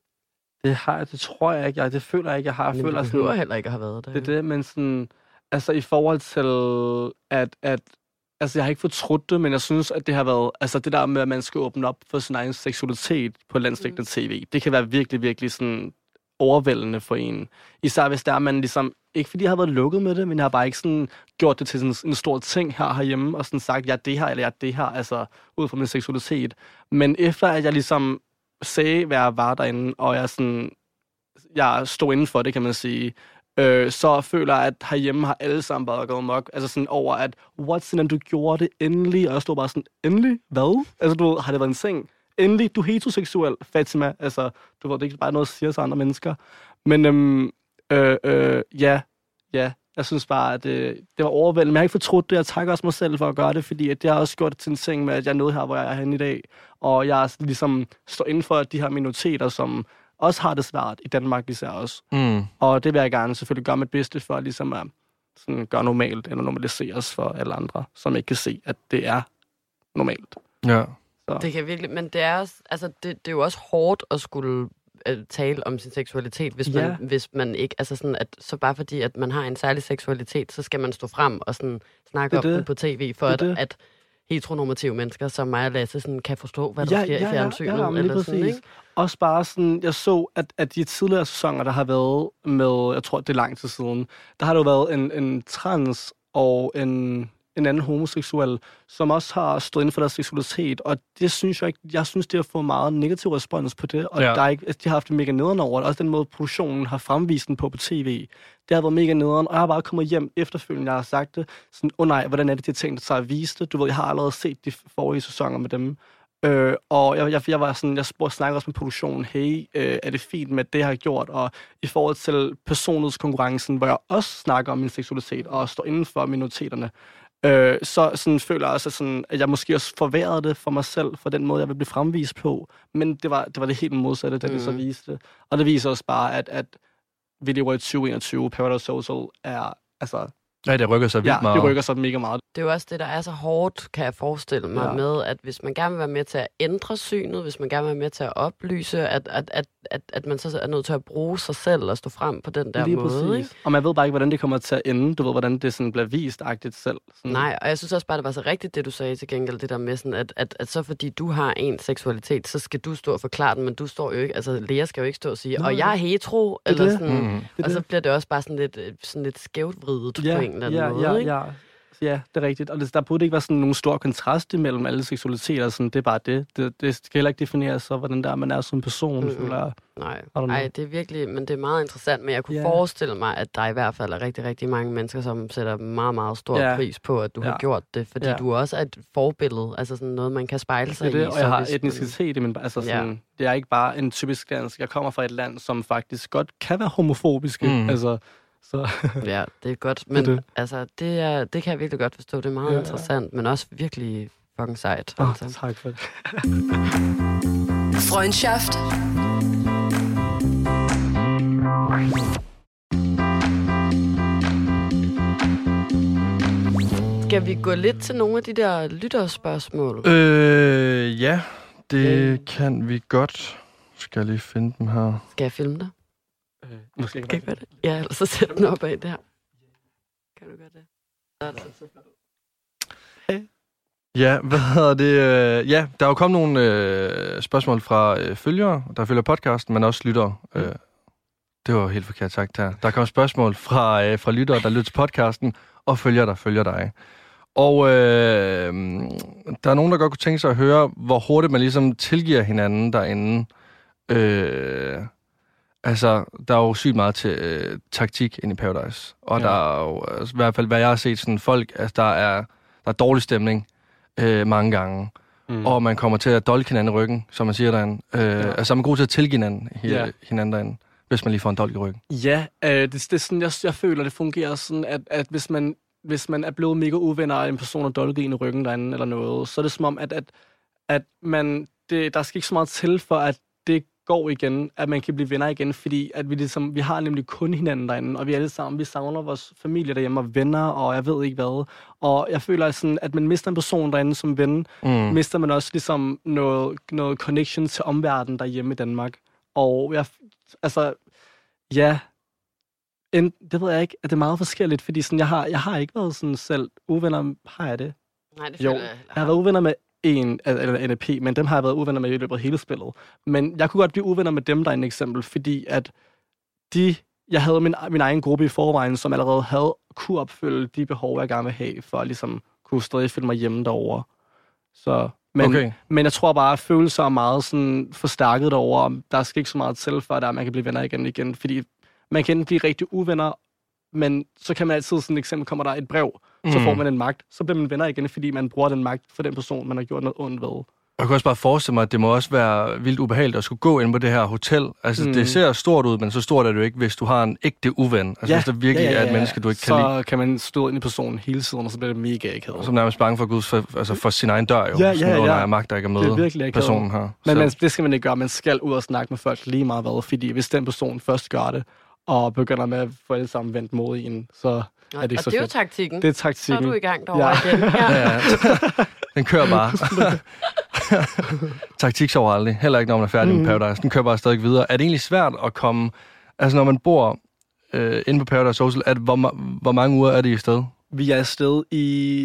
Det har jeg, det tror jeg ikke. Jeg, det føler jeg ikke, jeg har. Jeg Men føler det sådan, behøver heller ikke at have været der. det er det, men sådan, altså i forhold til, at, at altså jeg har ikke fortrudt det, men jeg synes, at det har været, altså det der med, at man skal åbne op for sin egen seksualitet på landsdækkende mm. tv, det kan være virkelig, virkelig sådan overvældende for en. Især hvis der er man ligesom, ikke fordi jeg har været lukket med det, men jeg har bare ikke sådan gjort det til sådan en stor ting her herhjemme, og sådan sagt, jeg er det her, eller jeg er det her, altså ud fra min seksualitet. Men efter at jeg ligesom sagde, hvad jeg var derinde, og jeg sådan, jeg stod inden for det, kan man sige, øh, så føler jeg, at herhjemme har alle sammen bare gået mok. Altså sådan over, at what, sådan du gjorde det endelig, og jeg stod bare sådan, endelig? Hvad? Altså du, har det været en ting? Endelig, du er heteroseksuel, Fatima. Altså, du ved, det er ikke bare noget, at sige til andre mennesker. Men øhm, øh, øh, ja, ja, jeg synes bare, at øh, det var overvældende. Men jeg har ikke fortrudt det. Jeg takker også mig selv for at gøre det, fordi at jeg har også gjort det til en ting med, at jeg er nede her, hvor jeg er henne i dag. Og jeg er ligesom står inden for de her minoriteter, som også har det svært i Danmark især også. Mm. Og det vil jeg gerne selvfølgelig gøre mit bedste for, ligesom at sådan, gøre normalt, eller normaliseres for alle andre, som ikke kan se, at det er normalt. Ja. Så. Det kan virkelig, men det er, også, altså, det, det er jo også hårdt at skulle uh, tale om sin seksualitet, hvis man, Ja. hvis man ikke, altså sådan, at så bare fordi, at man har en særlig seksualitet, så skal man stå frem og sådan snakke om det. det på tv, for Det at, er det. at heteronormative mennesker som mig og Lasse sådan, kan forstå, hvad der Ja, sker ja, i fjernsynet. ja, ja, men lige eller sådan, præcis. ikke? Også bare sådan, jeg så, at, at de tidligere sæsoner, der har været med, jeg tror, det er lang tid siden, der har der jo været en, en trans og en, en anden homoseksuel, som også har stået inden for deres seksualitet, og det synes jeg ikke, jeg synes, de har fået meget negativ respons på det, og Ja. der er ikke, de har haft det mega nederen over det, også den måde, produktionen har fremvist den på på tv, det har været mega nederen, og jeg har bare kommet hjem efterfølgende, jeg har sagt det, sådan, åh oh nej, hvordan er det, de har tænkt sig at vise det? Du ved, jeg har allerede set de forrige sæsoner med dem, Øh, og jeg, jeg, jeg var sådan, jeg spurgte, snakkede også med produktionen, hey, øh, er det fint med det, jeg har gjort? Og i forhold til personlighedskonkurrencen, hvor jeg også snakker om min seksualitet og står inden for minoriteterne, øh, så sådan, føler jeg også, at, sådan, at jeg måske også forværrede det for mig selv, for den måde, jeg vil blive fremvist på. Men det var det, var det helt modsatte, da mm. det så viste. Og det viser også bare, at, at vi lever i tyve enogtyve, Paradise Social er, altså... Ja, det rykker sig vildt ja, meget. det rykker sig mega meget. Det er jo også det, der er så hårdt, kan jeg forestille mig, Ja. med, at hvis man gerne vil være med til at ændre synet, hvis man gerne vil være med til at oplyse, at, at, at, at, at man så er nødt til at bruge sig selv og stå frem på den der Lige måde. præcis. Ikke? Og man ved bare ikke, hvordan det kommer til at ende. Du ved, hvordan det sådan bliver vist-agtigt selv. Sådan. Nej, og jeg synes også bare, det var så rigtigt, det du sagde til gengæld, det der med sådan, at, at, at så fordi du har en seksualitet, så skal du stå og forklare den, men du står jo ikke, altså Lea skal jo ikke stå og sige, Nej. og jeg er hetero, Det er eller det. sådan, Mm. Det er og så det. bliver det også bare sådan lidt, sådan lidt skævt vridet ja, på en eller anden ja, måde, ja, ikke? ja. Ja, det er rigtigt. Og det, der burde ikke være sådan nogen stor kontrast imellem alle seksualiteter. Sådan, det er bare det. Det, det skal heller ikke defineres så, hvordan der er, man er som person. Mm-mm. Føler jeg. Nej, I don't know. nej, det er virkelig, men det er meget interessant, men jeg kunne Ja. yeah. forestille mig, at der i hvert fald er rigtig, rigtig mange mennesker, som sætter meget, meget stor Ja. pris på, at du Ja. har gjort det, fordi Ja. du også er et forbillede, altså sådan noget, man kan spejle sig Det er det, i. og så jeg har hvis man- etnicitet i min... Altså Ja. sådan, det er ikke bare en typisk dansk. Jeg kommer fra et land, som faktisk godt kan være homofobiske. Mm. Altså, så... Ja, det er godt, men det. altså, det, er, det kan jeg virkelig godt forstå. Det er meget Ja, ja, ja. interessant, men også virkelig fucking sejt. oh, Altså. tak for det. Freundschaft. Skal vi gå lidt til nogle af de der lytterspørgsmål? Øh, ja, det kan vi godt. Skal jeg lige finde dem her. Skal jeg filme dig? Øh, måske ikke Kan jeg gøre det? Ja, ellers så sætter du den op af det her. Kan du gøre det? Så er det. Hey. Ja, hvad hedder det? øh, Ja, der er jo kommet nogle øh, spørgsmål fra øh, følgere, der følger podcasten, men også lyttere. Mm. Øh, det var helt forkert sagt her. Der kom spørgsmål fra, øh, fra lyttere, der lytter til podcasten, og følger der følger dig. Og øh, der er nogen, der godt kunne tænke sig at høre, hvor hurtigt man ligesom tilgiver hinanden derinde. Øh, altså, der er jo sygt meget til øh, taktik inde i Paradise. Og ja. Der er jo, altså, i hvert fald, hvad jeg har set, sådan folk, altså, der er, der er dårlig stemning øh, mange gange. Mm. Og man kommer til at dolke hinanden i ryggen, som man siger derinde. Øh, ja. Altså, man er god til at tilgive hinanden, ja. hinanden derinde, hvis man lige får en dolk i ryggen. Ja, øh, det, det er sådan, jeg, jeg føler, det fungerer sådan, at, at hvis man hvis man er blevet mega uvenner af en person, der dolket en i ryggen derinde eller noget, så er det som om, at, at, at man, det, der skal ikke så meget til for, at det går igen, at man kan blive venner igen, fordi at vi, ligesom, vi har nemlig kun hinanden derinde, og vi alle sammen, vi savner vores familie derhjemme og venner, og jeg ved ikke hvad. Og jeg føler sådan, at man mister en person derinde som ven, mm. mister man også ligesom noget, noget connection til omverdenen derhjemme i Danmark. Og jeg, altså, ja... En, det ved jeg ikke, at det er meget forskelligt, fordi sådan, jeg, har, jeg har ikke været sådan selv uvenner. Har jeg det? Nej, det jo, føler jeg. Jeg har været uvenner med en, eller N A P, men dem har jeg været uvenner med i løbet af hele spillet. Men jeg kunne godt blive uvenner med dem, der er en eksempel, fordi at de, jeg havde min, min egen gruppe i forvejen, som allerede havde kunne opfylde de behov, jeg gerne vil have, for at ligesom kunne stadig føle mig hjemme derovre. Så, men, okay. men jeg tror bare, at følelser er meget sådan forstærket derovre, og der skal ikke så meget til, for at man kan blive venner igen igen, fordi man kan blive rigtig uvenner, men så kan man altid, sådan et eksempel, kommer der et brev, mm. så får man en magt, så bliver man venner igen, fordi man bruger den magt for den person, man har gjort noget ondt ved. Jeg kan også bare forestille mig, at det må også være vildt ubehageligt at skulle gå ind på det her hotel. Altså, mm. det ser stort ud, men så stort er det jo ikke, hvis du har en ægte uven. Altså, ja, hvis der virkelig ja, ja, ja. er et menneske, du ikke så kan lide. Så kan man stå ind i personen hele tiden, og så bliver det mega akavet. Og så er nærmest bange for Gud, for, altså for sin egen dør jo. Ja, ja, ja. Under af magt, der ikke er med det er virkelig personen her. Men man, det skal man ikke gøre. Man skal ud og snakke med folk lige meget hvad, fordi hvis den person først gør det, og begynder med at få alle sammen vendt mod en, så er det ikke og så det er fedt. jo taktikken. Det er taktikken. Så er du i gang derovre ja. igen. Ja. ja, ja. Den kører bare. Taktik sover aldrig. Heller ikke, når man er færdig mm. med Paradise. Den kører bare stadig videre. Er det egentlig svært at komme... Altså, når man bor øh, inde på Paradise Social, at, hvor, hvor mange uger er det i sted? Vi er afsted i...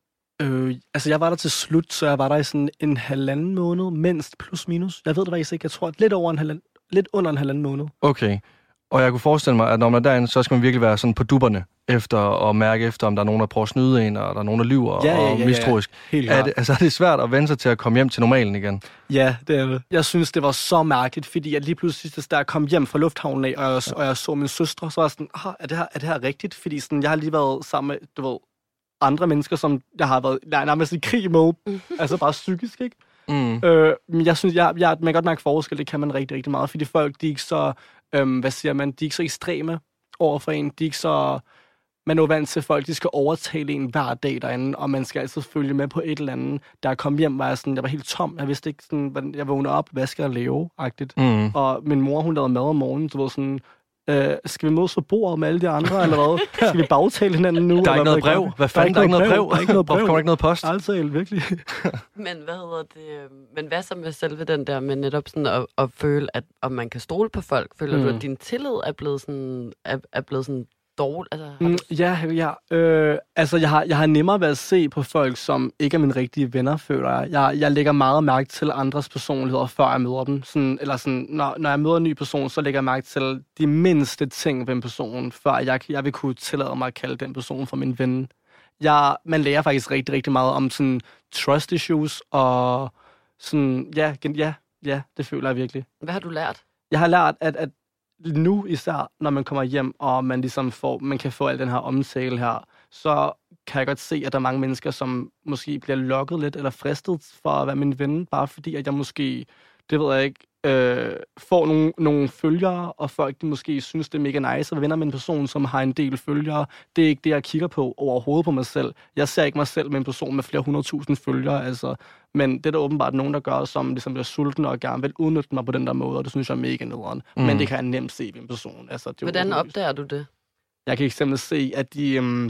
Øh, altså, jeg var der til slut, så jeg var der i sådan en halvanden måned, mindst plus minus. Jeg ved det faktisk ikke. Jeg tror, lidt over en halvanden... Lidt under en halvanden måned. Okay. Og jeg kunne forestille mig, at når man er derinde, så skal man virkelig være sådan på dupperne efter at mærke efter, om der er nogen, der prøver at snyde en, og der er nogen, der lyver ja, ja, ja, og mistroisk. Ja, helt er det, altså, er det svært at vende sig til at komme hjem til normalen igen? Ja, det er det. Jeg synes, det var så mærkeligt, fordi jeg lige pludselig, da jeg kom hjem fra lufthavnen af, og jeg, ja. og jeg så min søstre, så var jeg sådan, ah, er, det her, er det her rigtigt? Fordi sådan, jeg har lige været sammen med, du ved, andre mennesker, som jeg har været nej, nærmest i krig med. Altså bare psykisk, ikke? Mm. Øh, men jeg synes, jeg, jeg, man kan godt mærke forskel, det kan man rigtig, rigtig meget, fordi folk, de er ikke så... Øhm, hvad siger man, de er ikke så ekstreme overfor en, de er ikke så, man er jo vant til, at folk de skal overtale en hver dag derinde, og man skal altid følge med på et eller andet. Da jeg kom hjem, var jeg sådan, jeg var helt tom, jeg vidste ikke sådan, hvordan jeg vågnede op, hvad skal jeg lave-agtigt. Mm. Og min mor, hun lavede mad om morgenen, så var sådan, øh, skal vi mødes på bordet med alle de andre, eller hvad? Skal vi bagtale hinanden nu? Der er ikke noget brev. Hvad fanden, der er ikke noget brev? Der er ikke noget brev. Hvorfor kommer der ikke noget post? Altså, virkelig. Men hvad hedder det? Men hvad så med selve den der med netop sådan at, at føle, at om man kan stole på folk? Føler mm. du, at din tillid er blevet sådan, er, er blevet sådan dårligt? Altså, har mm, du... Ja, ja. Øh, altså, jeg har, jeg har nemmere ved at se på folk, som ikke er mine rigtige venner, føler jeg. Jeg, jeg lægger meget mærke til andres personligheder, før jeg møder dem. Sådan, eller sådan, når, når jeg møder en ny person, så lægger jeg mærke til de mindste ting ved en person, før jeg, jeg vil kunne tillade mig at kalde den person for min ven. Jeg, man lærer faktisk rigtig, rigtig meget om sådan trust issues, og sådan, ja, ja, ja, det føler jeg virkelig. Hvad har du lært? Jeg har lært, at, at nu især, når man kommer hjem, og man ligesom får, man kan få al den her omtale her, så kan jeg godt se, at der er mange mennesker, som måske bliver lokket lidt, eller fristet for at være min ven, bare fordi, at jeg måske, det ved jeg ikke, øh, får nogle, nogle følgere, og folk de måske synes, det er mega nice at være venner med en person, som har en del følgere. Det er ikke det, jeg kigger på overhovedet på mig selv. Jeg ser ikke mig selv med en person med flere hundredtusind følgere, altså. Men det er der åbenbart nogen, der gør, som ligesom bliver sulten og gerne vil udnytte mig på den der måde, og det synes jeg er mega nederen. Mm. Men det kan jeg nemt se ved en person. Altså, det Hvordan opdager du det? Jeg kan eksempel se, at de øhm,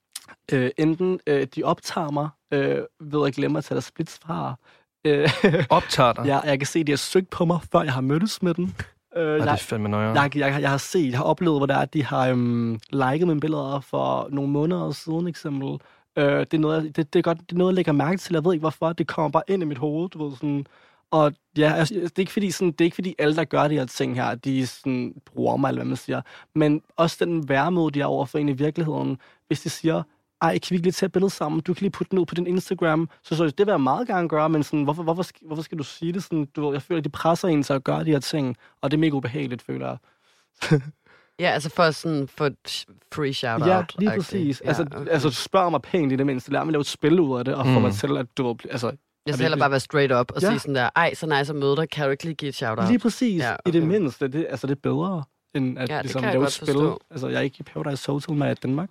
øh, enten øh, de optager mig øh, ved at glemme at tage deres splits fra. Optager dig? Ja, jeg kan se, at de har søgt på mig, før jeg har mødtes med den. Øh, ja, jeg, det er fandme nøjere. jeg, jeg, jeg har set, jeg har oplevet, hvor det er, at de har øhm, liket mine billeder for nogle måneder siden, eksempel. Øh, det, er noget, det, det, er godt, det er noget, jeg lægger mærke til. Jeg ved ikke, hvorfor. Det kommer bare ind i mit hoved, du ved, sådan. Og ja, altså, det, er ikke fordi, sådan, det er ikke fordi, alle, der gør de her ting her, de sådan, bruger mig, eller hvad man siger. Men også den værmod, de har overfor en i virkeligheden. Hvis de siger, ej, kan vi ikke lige tage et billede sammen? Du kan lige putte den ud på din Instagram. Så, så det vil jeg meget gerne gøre, men sådan, hvorfor, hvorfor, skal, hvorfor skal du sige det? Sådan, du ved, jeg føler, at de presser en til at gøre de her ting, og det er mega ubehageligt, føler jeg. Ja, altså for sådan for et free shout-out. Ja, lige præcis. Ja, altså, okay. altså, spørg mig pænt i det mindste. Lad mig lave et spil ud af det, og få mm. mig til, at du ved, altså... Jeg skal heller bare være straight up og ja. sige sådan der, ej, så nice at møde dig, kan du ikke lige give et shout-out? Lige præcis. Ja, okay. I det mindste. Det, altså, det er bedre, end at ja, ligesom, lave et spil. Forstå. Altså, jeg er ikke i Paradise Hotel med Danmark.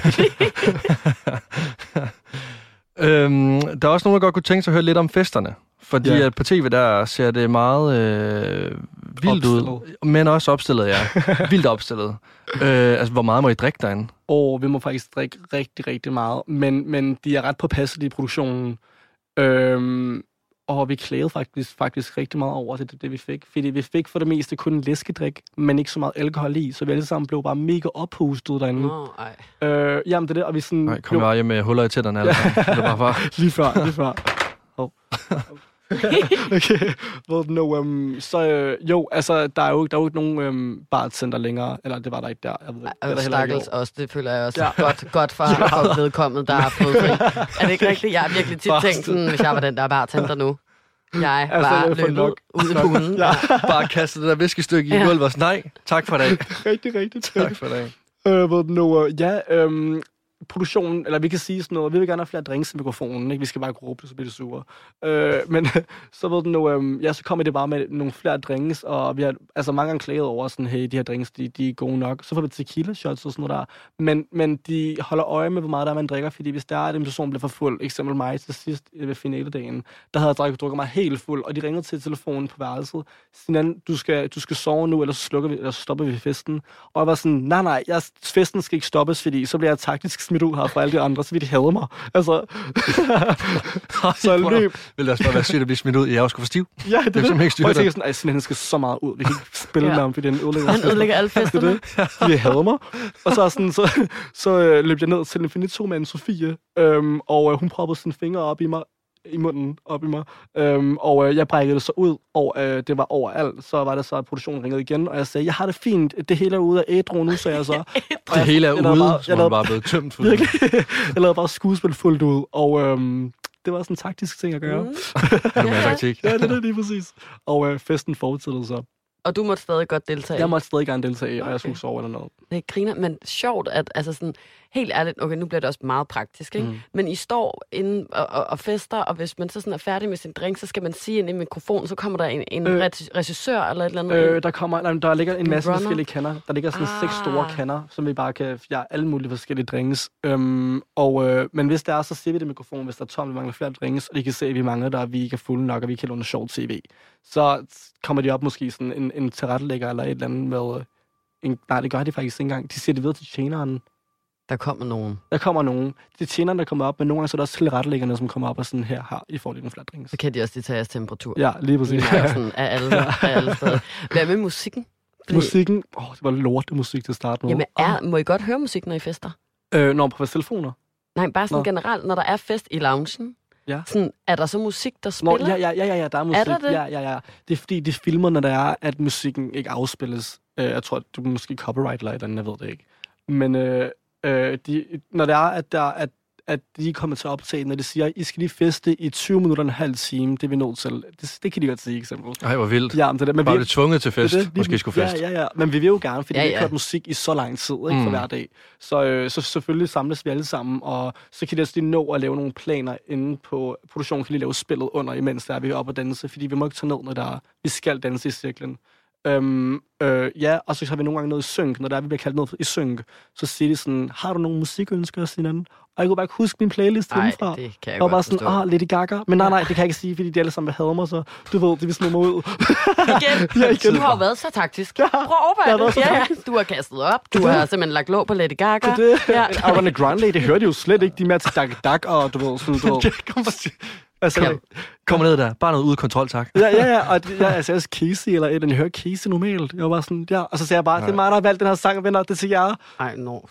øhm, der er også nogen, der godt kunne tænke sig at høre lidt om festerne. Fordi ja. at på tv, der ser det meget øh, vildt opstillet. ud. Men også opstillet, ja. Vildt opstillet. Øh, altså, hvor meget må I drikke derinde? Åh, vi må faktisk drikke rigtig, rigtig meget. Men, men de er ret påpasselige i produktionen. Øhm, og vi klagede faktisk, faktisk rigtig meget over det, det, det, vi fik. Fordi vi fik for det meste kun en læskedrik, men ikke så meget alkohol i. Så vi alle sammen blev bare mega ophustet derinde. Åh, ej. Øh, jamen, det er det, og vi sådan... Nej, kom bare hjem med huller i tænderne alle sammen. Det var bare lige før, lige før. Oh. Okay, well, no, um, så øh, jo, altså, der er jo, der er jo ikke nogen um, bartender længere, eller det var der ikke der, jeg ved ikke. Ej, stakkels også, det føler jeg også ja. godt, godt for, ja. for vedkommet, der har fået fri. Er det ikke rigtigt? Jeg har virkelig tit tænkt sådan, hvis jeg var den der bartender nu. Jeg altså, bare løbet ud i poolen. Ja. Bare kastet det der viskestykke i ja. gulvet og sådan, nej, tak for det. Rigtig, rigtig. Tak for det. Uh, but no, uh, ja, um, produktionen, eller vi kan sige sådan noget, vi vil gerne have flere drinks i mikrofonen, ikke? Vi skal bare gruppe det, så bliver det sure. Øh, men så ved du nu, øhm, ja, så kommer det bare med nogle flere drinks, og vi har altså mange gange klaget over sådan, hey, de her drinks, de, de er gode nok. Så får vi tequila shots og sådan noget der. Men, men de holder øje med, hvor meget der er, man drikker, fordi hvis der er, at en person bliver for fuld, eksempel mig til sidst ved finaledagen, der havde jeg drukket mig helt fuld, og de ringede til telefonen på værelset. Sådan, du skal, du skal sove nu, eller så, slukker vi, eller så stopper vi festen. Og jeg var sådan, nej, nej, jeg, festen skal ikke stoppes, fordi så bliver jeg taktisk smidt ud her fra alle de andre, så vil de hade mig. Altså... så jeg løb... Vil det også bare være sygt at blive smidt ud? Jeg er også for stiv. Ja, det, det er det. Og jeg tænker sådan, at han skal så meget ud. Vi kan ikke spille ja. med ham, fordi han ødelægger... Han ødelægger alle festerne. Det er det. De havde mig. Og så, sådan, så, så øh, løb jeg ned til Infinito med en Sofie, øhm, og øh, hun proppede sine fingre op i mig, i munden op i mig, øhm, og øh, jeg brækkede det så ud, og øh, det var overalt. Så var det så, at produktionen ringede igen, og jeg sagde, jeg har det fint, det hele er ude af ædru nu, sagde jeg så. Det hele er ude, bare, så man bare blevet tømt for det. Jeg lavede bare skuespil fuldt ud, og øhm, det var sådan en taktisk ting at gøre. Mm. Det var taktik. Ja, det er det lige præcis. Og øh, festen fortsættede så. Og du måtte stadig godt deltage? Jeg måtte stadig gerne deltage, okay. Og jeg skulle sove eller noget. Det griner, men sjovt, at altså sådan, helt ærligt, okay, nu bliver det også meget praktisk, ikke? Mm. Men I står inde og, og, og fester, og hvis man så sådan er færdig med sin drink, så skal man sige ind i mikrofonen, så kommer der en, en øh, regissør eller et eller andet? Øh, der, kommer, nej, der ligger en masse runner. forskellige kander. Der ligger sådan ah. seks store kander, som vi bare kan fjerde alle mulige forskellige drinks. Øhm, og, øh, men hvis der er, så siger vi det i mikrofonen, hvis der er tom, vi mangler flere drinks, og de kan se, at vi mangler der, vi ikke er fulde nok, og vi kan låne sjov tv. Så kommer de op måske sådan en, en tilrettelægger eller et eller andet med... En, nej, det gør de faktisk ikke engang. De siger det videre til tjeneren. Der kommer nogen. Der kommer nogen. Det er tjeneren, der kommer op, men nogle gange så er der også tilrettelæggerne, som kommer op og sådan her, her I får lige nogle flat drinks. Så kan de også tage jeres temperatur. Ja, lige præcis. Sådan af alle, af alle steder. Hvad med musikken? Fordi... Musikken? Åh, oh, det var lorte musik til at starte med. Jamen, er, må I godt høre musik, når I fester? Øh, når på telefoner? Nej, bare sådan Nå. generelt, når der er fest i loungen. Ja. Sådan, er der så musik, der spiller? Nå, ja, ja, ja, ja, der er musik. Er der det? Ja, ja, ja. Det er fordi, de filmer, når der er, at musikken ikke afspilles. Uh, jeg tror, du måske copyright eller et eller andet, jeg ved det ikke. Men uh, uh, de, når det er, at, der, at, at de kommer til at optage, når de siger, I skal lige feste i tyve minutter og en halv time, det er vi nødt til. Det, det kan de godt sige, eksempel. Ej, hvor vildt. Ja, men det der, men bare vi, det tvunget til fest, det, det, måske skulle fest. Ja, ja, ja. Men vi vil jo gerne, fordi ja, ja. vi har hørt musik i så lang tid, ikke, mm. for hver dag. Så, øh, så selvfølgelig samles vi alle sammen, og så kan de også lige nå at lave nogle planer inde på produktionen, kan lige lave spillet under, imens der er vi oppe og danse, fordi vi må ikke tage ned, når der er, vi skal danse i cirklen. Øhm, øh, ja, og så har vi nogle gange noget i synk. Når der er, vi bliver kaldt ned i synk, så siger de sådan, har du nogle musikønsker og sådan andet? Og jeg kunne bare ikke huske min playlist hjemmefra. Nej, det kan jeg og godt bare sådan, ah, Lady Gaga. Men nej, nej, det kan jeg ikke sige, fordi de alle sammen vil have mig, så du ved, det vil snemme mig ud. Igen, ja, igen. Du har jo været så taktisk. Ja, prøv at overveje det. Ja, ja. Du har kastet op, du det. har simpelthen lagt låg på Lady Gaga. Det, det. Ja. Ariana Grande, det hører de jo slet ikke. De er mere til Dak Dak, og du ved, sådan, du ved. Altså, Kom. jeg, Kommer ned der. Bare noget ude af kontrol, tak. ja, ja, ja, og det, jeg, altså, jeg er Casey, eller et, jeg hører Casey normalt. Jeg var bare sådan, ja, og så sagde jeg bare, det er mig, der har valgt den her sang, venner, det er til jer. Ej, nå.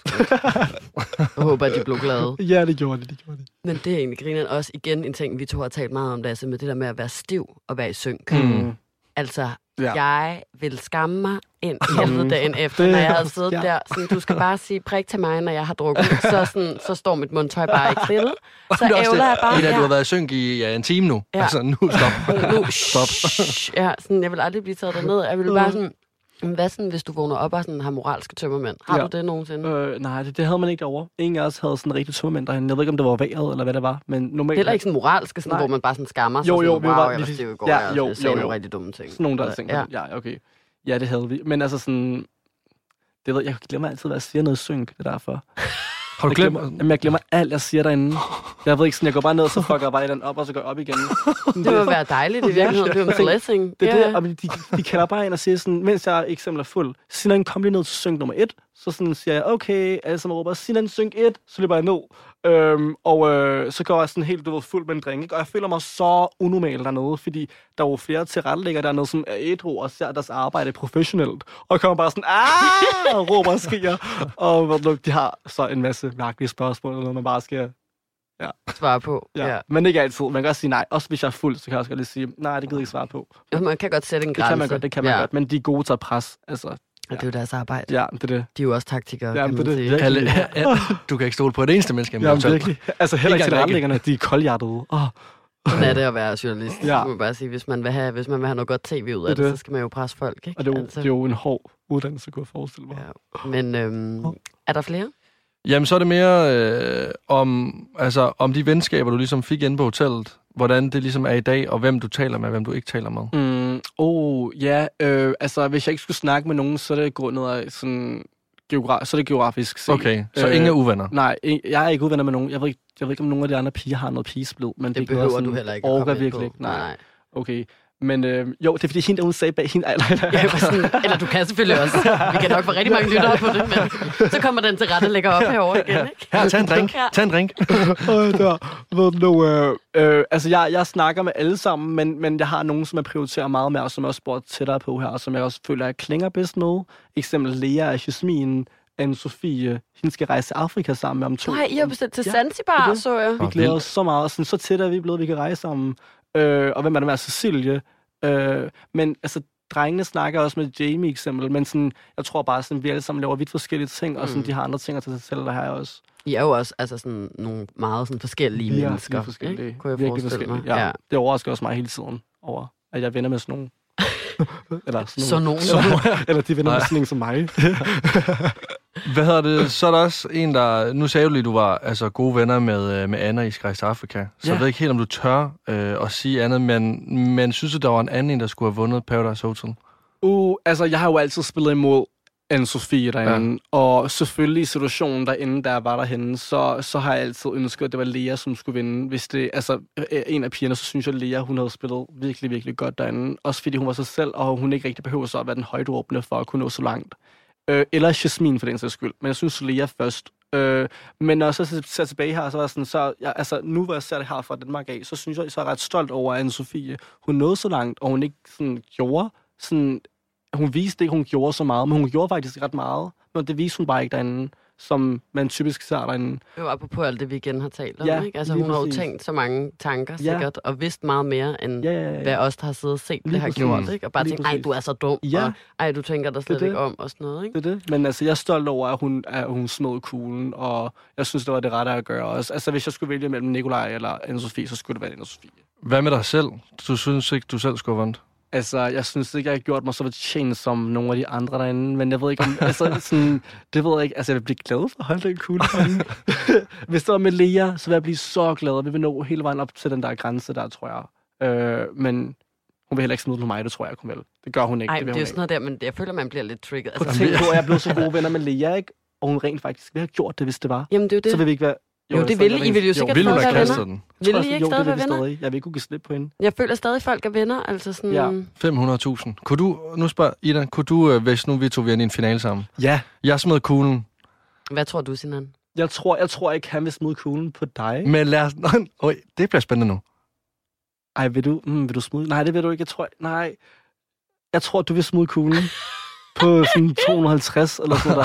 Jeg håber, at de blev glade. Ja, det gjorde det, det gjorde det. Men det er egentlig grineren også igen en ting, vi to har talt meget om, det er med det der med at være stiv og være i synk. Mm. Altså, Ja. jeg vil skamme mig ind i helvede dagen efter, Det- når jeg havde siddet ja. der. Sådan, du skal bare sige prik til mig, når jeg har drukket. Så, sådan, så står mit mundtøj bare ikke stille. Så Det er også ævler jeg bare. Ida, du har Ja. været i synk i ja, en time nu. Ja. Altså, nu stop. Nu, Stop. shh, ja, sådan, jeg vil aldrig blive taget derned. Jeg vil bare sådan, hvad sådan, hvis du vågner op og sådan, har moralske tømmermænd? Har Ja. du det nogensinde? Øh, nej, det, det havde man ikke derovre. Ingen af os havde sådan en rigtig tømmermænd derhen. Jeg ved ikke, om det var vejret, eller hvad det var, men normalt... Heller ikke sådan moralske, sådan, Nej. hvor man bare sådan skammer sig. Jo, jo, sådan, vi wow, var- jeg var vi- stiv i går, ja, jeg, jo, jeg sagde jo, nogle jo. rigtig dumme ting. Sådan nogen, der tænkte, ja. ja. ja, okay. Ja, det havde vi. Men altså sådan... Det ved jeg, jeg glemmer altid, hvad jeg siger noget synk, det er derfor. Har du Jeg glemt? glemmer, jamen, jeg glemmer alt, jeg siger derinde. Jeg ved ikke sådan, jeg går bare ned, så fucker jeg bare den op, og så går jeg op igen. Det må være dejligt i virkeligheden. Det er jo en blessing. Det er Ja. det, og de, de kalder bare ind og siger sådan, mens jeg eksempel er fuld, Sinan, kom lige ned til synk nummer et. Så sådan siger jeg, okay, alle sammen råber, Sinan, synk et, så løber jeg ned. Øhm, og øh, så går jeg sådan helt, du ved, fuld med en drink, ikke? Og jeg føler mig så unormal dernede, fordi der er jo flere tilrettelæggere dernede, som er ædru og ser deres arbejde professionelt. Og kommer bare sådan, ah, og råber og skriger. Og hvad nu, de har så en masse mærkelige spørgsmål, eller noget, man bare skal... Svare på. Ja. Ja. ja. Men ikke altid. Man kan også sige nej. Også hvis jeg er fuld, så kan jeg også godt lige sige, nej, det gider jeg ikke svare på. Ja. Man kan godt sætte en Det grænse. kan man godt, det kan man ja. godt. Men de er gode til at presse. Altså, Og det er jo deres arbejde. ja, det er det. De er jo også taktikere, Ja, kan det man er det. sige. Virkelig. Alle, ja, du kan ikke stole på et eneste menneske. Ja, virkelig. Altså heller ikke Ikke til engang retlæggerne. De er koldhjertede. Oh. Sådan er det at være journalist. Ja. Ja. Man bare sige, hvis man vil have, hvis man vil have noget godt tv ud af Det er det, det. så skal man jo presse folk, ikke? Og det er, jo, det er jo en hård uddannelse, kunne jeg forestille mig. Ja. Men øhm, er der flere? Jamen, så er det mere øh, om, altså, om de venskaber, du ligesom fik inde på hotellet. Hvordan det ligesom er i dag, og hvem du taler med, og hvem du ikke taler med. Mm, oh, ja. Øh, altså, hvis jeg ikke skulle snakke med nogen, så er det grundet af sådan... Geogra- så er det geografisk set. Okay, så Øh, ingen er uvenner. Nej, jeg er ikke uvenner med nogen. Jeg ved ikke, jeg ved ikke, om nogen af de andre piger har noget pigesblid, men det, Det er noget, behøver sådan, du heller ikke at orker komme ind virkelig på. ikke. Nej, Nej. okay. Men øh, jo, det er fordi hende, der hun sagde bag hende. Ej, nej, nej. Ja, sådan, eller du kan selvfølgelig også. Vi kan nok få rigtig mange lyttere på det, men så kommer den til rette og lægger op herovre igen, ikke? Her, tag en drink. Ja. Tag en drink. Øj, der. Ved du nu, øh, øh, altså, jeg, jeg snakker med alle sammen, men, men jeg har nogen, som jeg prioriterer meget med, og som jeg også bor tættere på her, og som jeg også føler, jeg klinger bedst med. Eksempel Lea og Jasmin, Anne-Sophie, hende skal rejse til Afrika sammen med om to. Nej, I har bestilt til Ja, Zanzibar, det er det. så jeg. Vi glæder os så meget, og sådan, så tæt er vi blevet, vi kan rejse sammen. Øh, og hvem er det med? Cecilie. Øh, men altså, drengene snakker også med Jamie eksempel, men sådan, jeg tror bare, sådan, vi alle sammen laver vidt forskellige ting, og sådan, Mm. de har andre ting til sig selv, der har jeg også. I er jo også altså sådan nogle meget sådan forskellige Vi er mennesker. virkelig forskellige. Ikke? Kunne jeg Virkelig forestille mig. forskellige. Ja. Det overrasker også mig hele tiden over, at jeg venner med sådan nogen. Eller sådan Så nogen. Eller, eller de venner med Nej. sådan en som mig. Hvad hedder det? Så er der også en, der... Nu sagde du lige, du var altså, gode venner med, øh, med Anna i Skrejs til Afrika. Så Ja. jeg ved ikke helt, om du tør øh, at sige andet, men, men synes du, der var en anden en, der skulle have vundet Paradise Hotel? Uh, altså, jeg har jo altid spillet imod Anne-Sophie derinde, ja. Og selvfølgelig i situationen derinde, der var derhenne, så, så har jeg altid ønsket, at det var Lea, som skulle vinde. Hvis det, altså, en af pigerne, så synes jeg, at Lea, hun havde spillet virkelig, virkelig godt derinde. Også fordi hun var sig selv, og hun ikke rigtig behøver så at være den højtråbende for at kunne nå så langt. Øh, eller Jasmin for den sags skyld. Men jeg synes, Lea først. Øh, men når jeg så ser tilbage her, så var jeg sådan, så, jeg, altså, nu hvor jeg ser det her fra Danmark af, så synes jeg, så er jeg ret stolt over, at Anne-Sophie, hun nåede så langt, og hun ikke sådan gjorde sådan... Hun viste ikke, hun gjorde så meget, men hun gjorde faktisk ret meget. Men det viste hun bare ikke derinde, som man typisk ser derinde. Det var apropos alt det, vi igen har talt om. Ja, Ikke? Altså, lige hun har jo præcis. tænkt så mange tanker Ja. sikkert, og vidst meget mere, end Ja, ja, ja. hvad os, der har siddet og set Lige det, har præcis. gjort. Ikke? Og bare Lige tænkt, ej, præcis. du er så dum, Ja. og ej, du tænker dig slet det. ikke om, og sådan noget. Ikke? Det er det. Men altså, jeg er stolt over, at hun, at hun smed kuglen, og jeg synes, det var det rette at gøre også. Altså, hvis jeg skulle vælge mellem Nikolaj eller Anne-Sophie, så skulle det være Anne-Sophie. Hvad med dig selv? Du synes ikke, du selv skulle have vundet? Altså, jeg synes ikke, jeg har gjort mig så fortjent som nogle af de andre derinde, men jeg ved ikke om... altså, sådan, det ved jeg ikke. Altså, jeg vil blive glad for at holde den kugle derinde. Hvis det var med Lea, så vil jeg blive så glad, og vi vil nå hele vejen op til den der grænse der, tror jeg. Øh, men hun vil heller ikke smide på mig, det tror jeg, hun vil. Det gør hun ikke. Ej, det, det, vil det er jo hun sådan noget der, men jeg føler, man bliver lidt trigget. ikke. Prøv Altså, at tænke på, at jeg blev så gode venner med Lea, ikke? Og hun rent faktisk ville have gjort det, hvis det var. jamen, det er jo det. Så vil vi ikke være... Jo, det jeg ville tror, I. jeg Ville jo jo, sikkert Vil du stadig have være kastet venner. den? tror Vil jeg, I ikke jo, stadig det være vil vi venner? stadig. Jeg vil ikke kunne give slip på hende. Jeg føler stadig, at folk er venner. Altså sådan... Ja. fem hundrede tusind. Kunne du, nu spørger Ida, kunne du, øh, hvis nu vi to vi er i en finale sammen? Ja. Jeg smed kuglen, Hvad tror du, Sinan? Jeg tror, jeg tror ikke, han vil smide kuglen på dig. men lad os... Øj, det bliver spændende nu. Ej, vil du, mm, vil du smide? Nej, det vil du ikke. Jeg tror, nej. Jeg tror, du vil smide kuglen. På sådan to hundrede og halvtreds eller sådan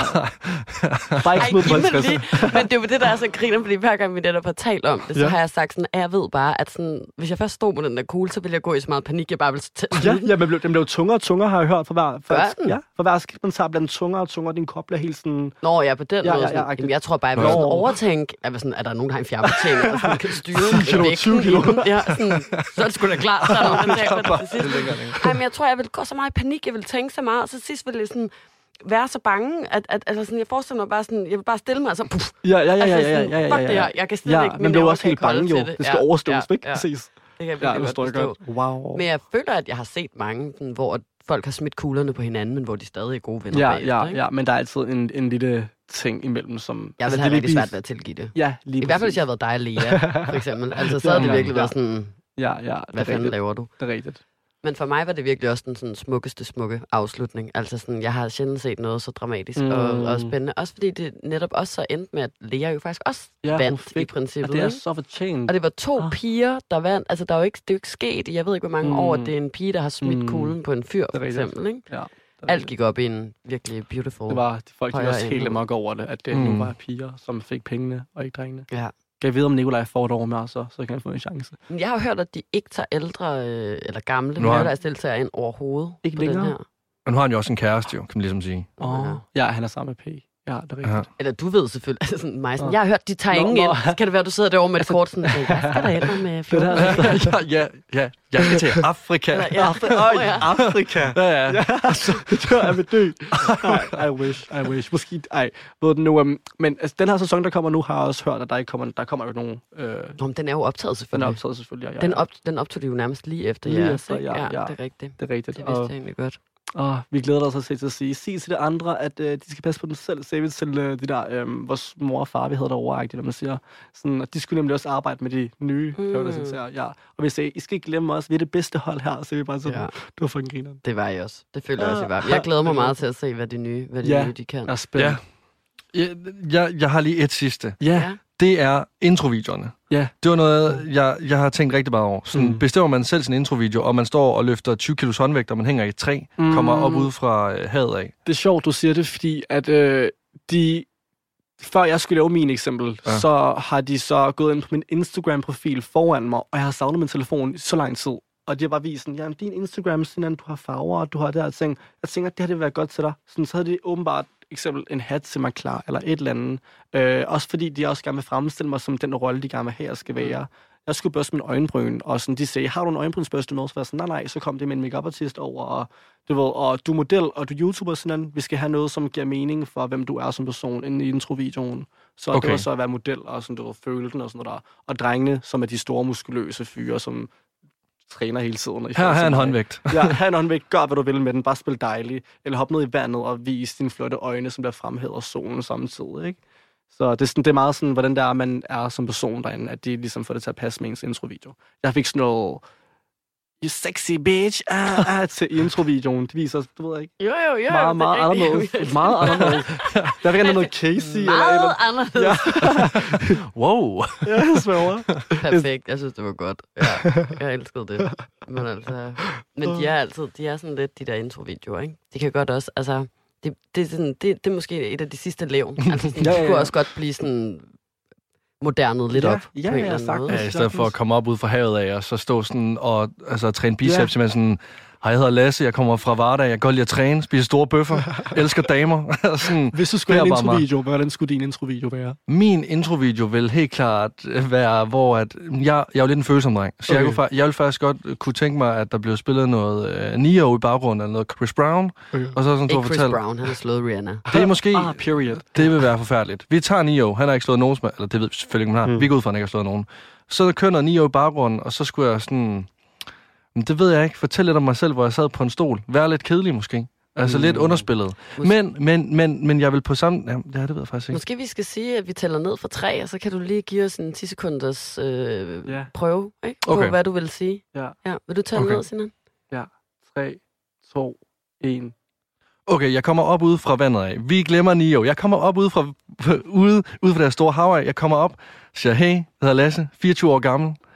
der. Bare ikke smide på halvtreds. Lige. Men det er jo det, der er så griner, fordi hver gang vi netop har talt om det, så ja. har jeg sagt sådan, at jeg ved bare, at sådan, hvis jeg først stod med den der kugle, så ville jeg gå i så meget panik, jeg bare ville tage Ja, ja, men den blev tungere og tungere, har jeg hørt. For hver, for, den? Ja, for hver skridt, man tager, bliver den tungere og tungere, din krop bliver helt sådan... Nå, ja, på den ja, måde. Ja, ja, ja, jamen, jeg tror bare, jeg vil sådan overtænke, at sådan, er der nogen, der har en fjernbetjening, og sådan kan styre vægten i den. Ja, sådan, så er det sgu da klart, der er nogen, der taber det til sidst. Ej, men jeg tror, jeg vil gå så meget i panik, jeg vil tænke så meget, og så sidst vil jeg sådan... være så bange, at, at altså sådan, jeg forestiller mig bare sådan, jeg vil bare stille mig, og så puff. Ja, ja, ja, ja, altså ja, sådan, ja, ja, ja, fuck det her, jeg kan slet ja, ikke, men det er også helt kan bange jo. Det, det skal ja, overstås, ja, ikke? ja. Præcis. Det kan jeg ja, virkelig godt forstå. Wow. Men jeg føler, at jeg har set mange, sådan, hvor folk har smidt kuglerne på hinanden, men hvor de stadig er gode venner ja, bagefter, ja, ikke? ja, men der er altid en, en lille ting imellem, som... Jeg vil have rigtig svært ved at tilgive det. Ja, lige I hvert fald, hvis jeg havde været dig og Lea, for eksempel. Altså, så havde det virkelig været sådan, ja, ja, hvad fanden laver du? Det er rigtigt. Men for mig var det virkelig også den sådan, smukkeste, smukke afslutning. Altså sådan, jeg har sjældent set noget så dramatisk mm. og, og spændende. Også fordi det netop også så endte med, at Lea jo faktisk også ja, vandt fik, i princippet. Og det er så fortjent. Og det var to ah. piger, der vandt. Altså, der er jo ikke, det er jo ikke sket i, jeg ved ikke, hvor mange mm. år, det er en pige, der har smidt mm. kuglen på en fyr, for eksempel. Ikke? Ja, alt gik op i en virkelig beautiful. Det var, folk var også helt amok over det, at det mm. nu var piger, som fik pengene, og ikke drengene. Ja. Kan jeg vide, om Nikolaj får det over med os, så, så kan jeg få en chance. Jeg har hørt, at de ikke tager ældre øh, eller gamle Paradise-deltagere ind overhovedet. Ikke længere? Den her. Men nu har han jo også en kæreste, jo, kan man ligesom sige. Oh. Ja, han er sammen med P. Ja, det er rigtigt. Ja. Eller du ved selvfølgelig, altså sådan mig sådan, jeg har hørt, de tager ingen ind. Så kan det være, du sidder derovre med et kort sådan, jeg skal der ender med fjorten. ja, ja, ja, jeg skal til Afrika. Eller, ja. Øj, oh, ja. Afrika. Ja, ja. ja. Det tror jeg vil dø. I wish, I wish. Måske, ej, ved du nu, um, men altså, den her sæson, der kommer nu, har jeg også hørt, at der ikke kommer, der kommer jo nogen... Øh, Nå, men den er jo optaget selvfølgelig. Den er optaget selvfølgelig, ja. ja, ja. Den, op, den optog de jo nærmest lige efter lige jeres, efter, ja, ja, ja, det er rigtigt. Det er rigtigt. Det vidste jeg egentlig godt. Og vi glæder os til at sige, sig til det andre, at øh, de skal passe på dem selv. Sige til øh, de der, øh, vores mor og far, vi havde derovre, hvad man siger. Sådan, at de skulle nemlig også arbejde med de nye mm. Paradise, ja. Og vi sagde, I skal ikke glemme os, vi er det bedste hold her. Så vi bare sådan, ja. Du var fucking griner. Det var jeg også. Det føler jeg også, I var. Jeg glæder mig meget til at se, hvad de nye, hvad de, ja. nye, de kan. Ja, spændende. Ja. Jeg, jeg, jeg har lige et sidste. Ja. Det er introvideoerne. Ja. Det var noget, jeg, jeg har tænkt rigtig meget over. Sådan, mm. bestemmer man selv sin introvideo, og man står og løfter tyve kilos håndvægt, og man hænger i et træ, mm. kommer op ude fra øh, havet af. Det er sjovt, du siger det, fordi at øh, de... Før jeg skulle lave min eksempel, ja. så har de så gået ind på min Instagram-profil foran mig, og jeg har savnet min telefon så lang tid. Og de har bare vist sådan, jamen din Instagram, sådan, du har farver, og du har det her ting. Jeg tænker, at det her det vil være godt til dig. Sådan, så havde de åbenbart eksempel en hat til mig klar, eller et eller andet. Øh, også fordi de også gerne vil fremstille mig som den rolle, de gerne vil have, jeg skal være. Jeg skulle børste min øjenbryn, og sådan, de sagde, har du en øjenbrynsbørste med? Så var jeg sådan, nej, nej, så kom det med en make-up-artist over, og du ved, og du er model, og du er YouTuber, sådan, vi skal have noget, som giver mening for, hvem du er som person, inden i introvideoen. Så okay. Det var så at være model, og sådan, du ved, føle den, og sådan noget der. Og drengene, som er de store, muskuløse fyre, som træner hele tiden. Her har en håndvægt. Ja, her en håndvægt. Gør, hvad du vil med den. Bare spil dejligt. Eller hop ned i vandet og vis dine flotte øjne, som bliver fremhævet af solen samtidig, ikke? Så det er, sådan, det er meget sådan, hvordan der man er som person derinde, at de ligesom får det til at passe med ens introvideo. Jeg fik sådan noget, you sexy bitch, ah, ah, til introvideoen. Det viser, du ved ikke. Jo, jo, jo. Meget, meget anderledes. Meget anderledes. Der fik noget Casey. Meget eller, anderledes. Ja. Wow. Ja, jeg sværger. Perfekt. Jeg synes, det var godt. Ja, jeg elskede det. Men altså, men de er altid, de er sådan lidt de der introvideoer, ikke? De kan godt også, altså, det, det, er, sådan, det, det er måske et af de sidste levn. Altså, sådan, ja, ja, ja. De kunne også godt blive sådan modernet lidt ja, op. Ja, ja, ja, sagtens. Ja, i stedet for at komme op ud fra havet af, og så stå sådan og altså, træne biceps, ja. Sådan, hej, jeg hedder Lasse, jeg kommer fra Vardag, jeg kan godt lide at træne, spise store bøffer, elsker damer. Sådan, hvis du skulle have en introvideo, hvordan skulle din introvideo være? Min introvideo vil helt klart være, hvor at, jeg, jeg er jo lidt en følsom dreng, så okay. jeg, kunne, jeg vil faktisk godt kunne tænke mig, at der blev spillet noget uh, Neo i baggrunden, eller noget Chris Brown. Okay. Og så sådan, ikke Chris fortælle, Brown, han har slået Rihanna. Det er måske, ah, period. Det vil være forfærdeligt. Vi tager Neo, han har ikke slået nogen, eller det ved vi selvfølgelig ikke, han har. Hmm. Vi går ud fra, han ikke har slået nogen. Så kører noget Neo i baggrunden, og så skulle jeg sådan... Men det ved jeg ikke. Fortæl lidt om mig selv, hvor jeg sad på en stol. Vær lidt kedelig måske. Altså mm. lidt underspillet. Men, men, men, men jeg vil på samme... Ja, det ved jeg faktisk ikke. Måske vi skal sige, at vi tæller ned fra tre, og så kan du lige give os en ti sekunders øh, yeah. prøve, ikke? På okay. hvad du vil sige. Ja. Ja. Vil du tælle okay. ned, Sinan? Ja. tre, to, et. Okay, jeg kommer op ude fra vandet af. Vi glemmer Nio. Jeg kommer op ude fra, ude, ude fra deres store hav af. Jeg kommer op, siger, hey, jeg hedder Lasse, fireogtyve år gammel.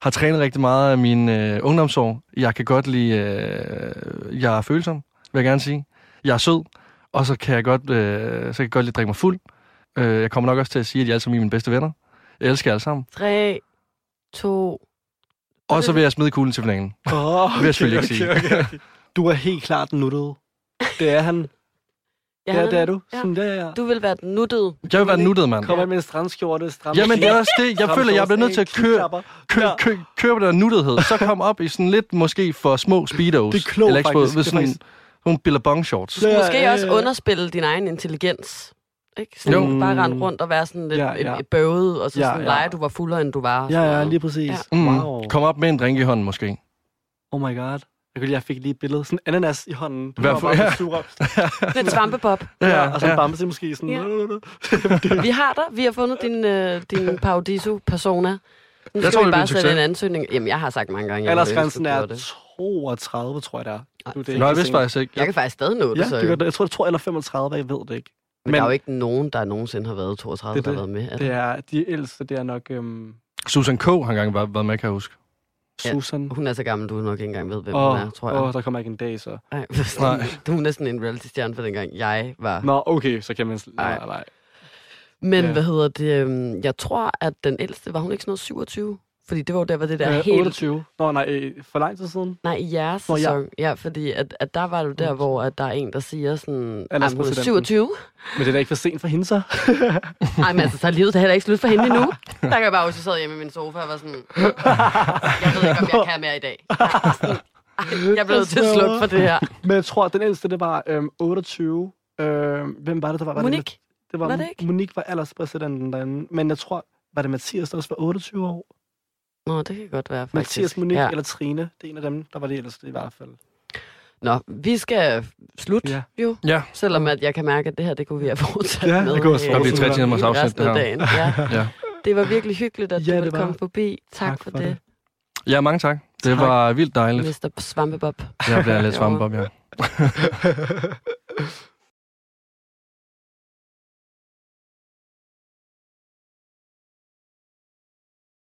har trænet rigtig meget af mine øh, ungdomsår. Jeg kan godt lide... Øh, jeg er følsom, vil jeg gerne sige. Jeg er sød, og så kan jeg godt, øh, så kan jeg godt lide at drikke mig fuld. Øh, jeg kommer nok også til at sige, at de alle sammen er mine bedste venner. Jeg elsker jer alle sammen. Tre, to... Og så vil jeg smide kuglen til finalen. Oh, okay, vil jeg selvfølgelig okay, ikke okay, sige. okay. Du er helt klart nuttet. Det er han. Ja, Ja, det er du. Ja. Sådan, ja, ja. Du vil være den nuttede. Jeg vil være nuttet, mand. Kommer med en strandskjorte, stram. Jamen, det er også det. Jeg føler, jeg bliver nødt til at køre, køre, køre, køre på den nuttethed. Så kom op i sådan lidt, måske for små speedos. Det er klogt, eller faktisk. Ved sådan nogle billabong shorts. Du skal Ja, måske ja, også ja. underspille din egen intelligens. Ikke? Så Jo. du bare rende rundt og være sådan lidt Ja, ja. et bøvet, og så Ja, sådan ja. lege, du var fuldere, end du var. og Ja, sådan ja, noget. lige præcis. Ja. Mm. Wow. Kom op med en drink i hånden, måske. Oh my god. Jeg, kunne, jeg fik lige et billede. Sådan en ananas i hånden. Du Hvorfor? var bare Ja. sur. Lidt svampebob. Ja, og så en ja. bamse måske sådan. Ja. Vi har dig. Vi har fundet din, øh, din Paradiso-persona. Nu Jeg skal tror, vi det bare bliver sætte succes. en ansøgning. Jamen, jeg har sagt mange gange, jeg ville ønske, Aldersgrænsen du er gjorde det. toogtredive, tror jeg det er. Du, det er Nå, jeg ikke vidste sent. faktisk ikke. Jeg kan faktisk stadig nå det, Ja, så det jo. gør det. Jeg tror, jeg tror, eller femogtredive, jeg ved det ikke. Men, men der er jo ikke nogen, der nogensinde har været toogtredive, Det er der har det. været med. Er Det der? er de ældste, det er nok øhm, Susan K. har engang været været med, kan jeg huske. Ja. Susan. Hun er så gammel, du nok ikke engang ved, hvem Åh, hun er, tror jeg. åh, der kommer ikke en dag, så. Nej, Nej. du er næsten en reality-stjerne for dengang jeg var. Nå, okay, så kan man... sl- Ej. Nej, nej. Men Ja. hvad hedder det? øhm, Jeg tror, at den ældste, var hun ikke sådan noget syvogtyve? Fordi det var jo der, var det der Øh, helt... otteogtyve. Nå, nej, øh, for lang tid siden. Nej, i jeres Nå, ja. sæson. Ja, fordi at, at der var du der, hvor at der er en, der siger sådan... "Ej, hun er Alderspræsidenten. syvogtyve. Men det er da ikke for sent for hende, så. Nej, men altså, så er livet da heller ikke slut for hende endnu. Der kan jeg bare huske, at jeg sad hjemme i min sofa og var sådan... Jeg ved ikke, om jeg kan mere i dag. Nej, sådan, ej, jeg blev nødt til at slukke for det her. Men jeg tror, at den ældste, det var øhm, otteogtyve. Øhm, hvem var det, der var? var Monique? Det, det var, Var det ikke? Monique var alderspræsidenten derinde. Men jeg tror, var det Mathias, der også var otteogtyve år? Nå, det kan godt være, faktisk. Mathias, Monique Ja. eller Trine. Det er en af dem, der var det ældste i hvert fald. Nå, vi skal slutte Ja. jo. Ja. Selvom at jeg kan mærke, at det her, det kunne vi have fortsat Ja, med. det kunne også øh, Der bliver tre Absolut. timers afsnit, resten det af her. dagen. Ja. Ja. Det var virkelig hyggeligt, at Ja, du det ville var. komme forbi. Tak, Tak for, for det, det. Ja, mange tak. Det Tak. var vildt dejligt. mister Svampebob. Jeg bliver lidt Jo. svampebob, ja.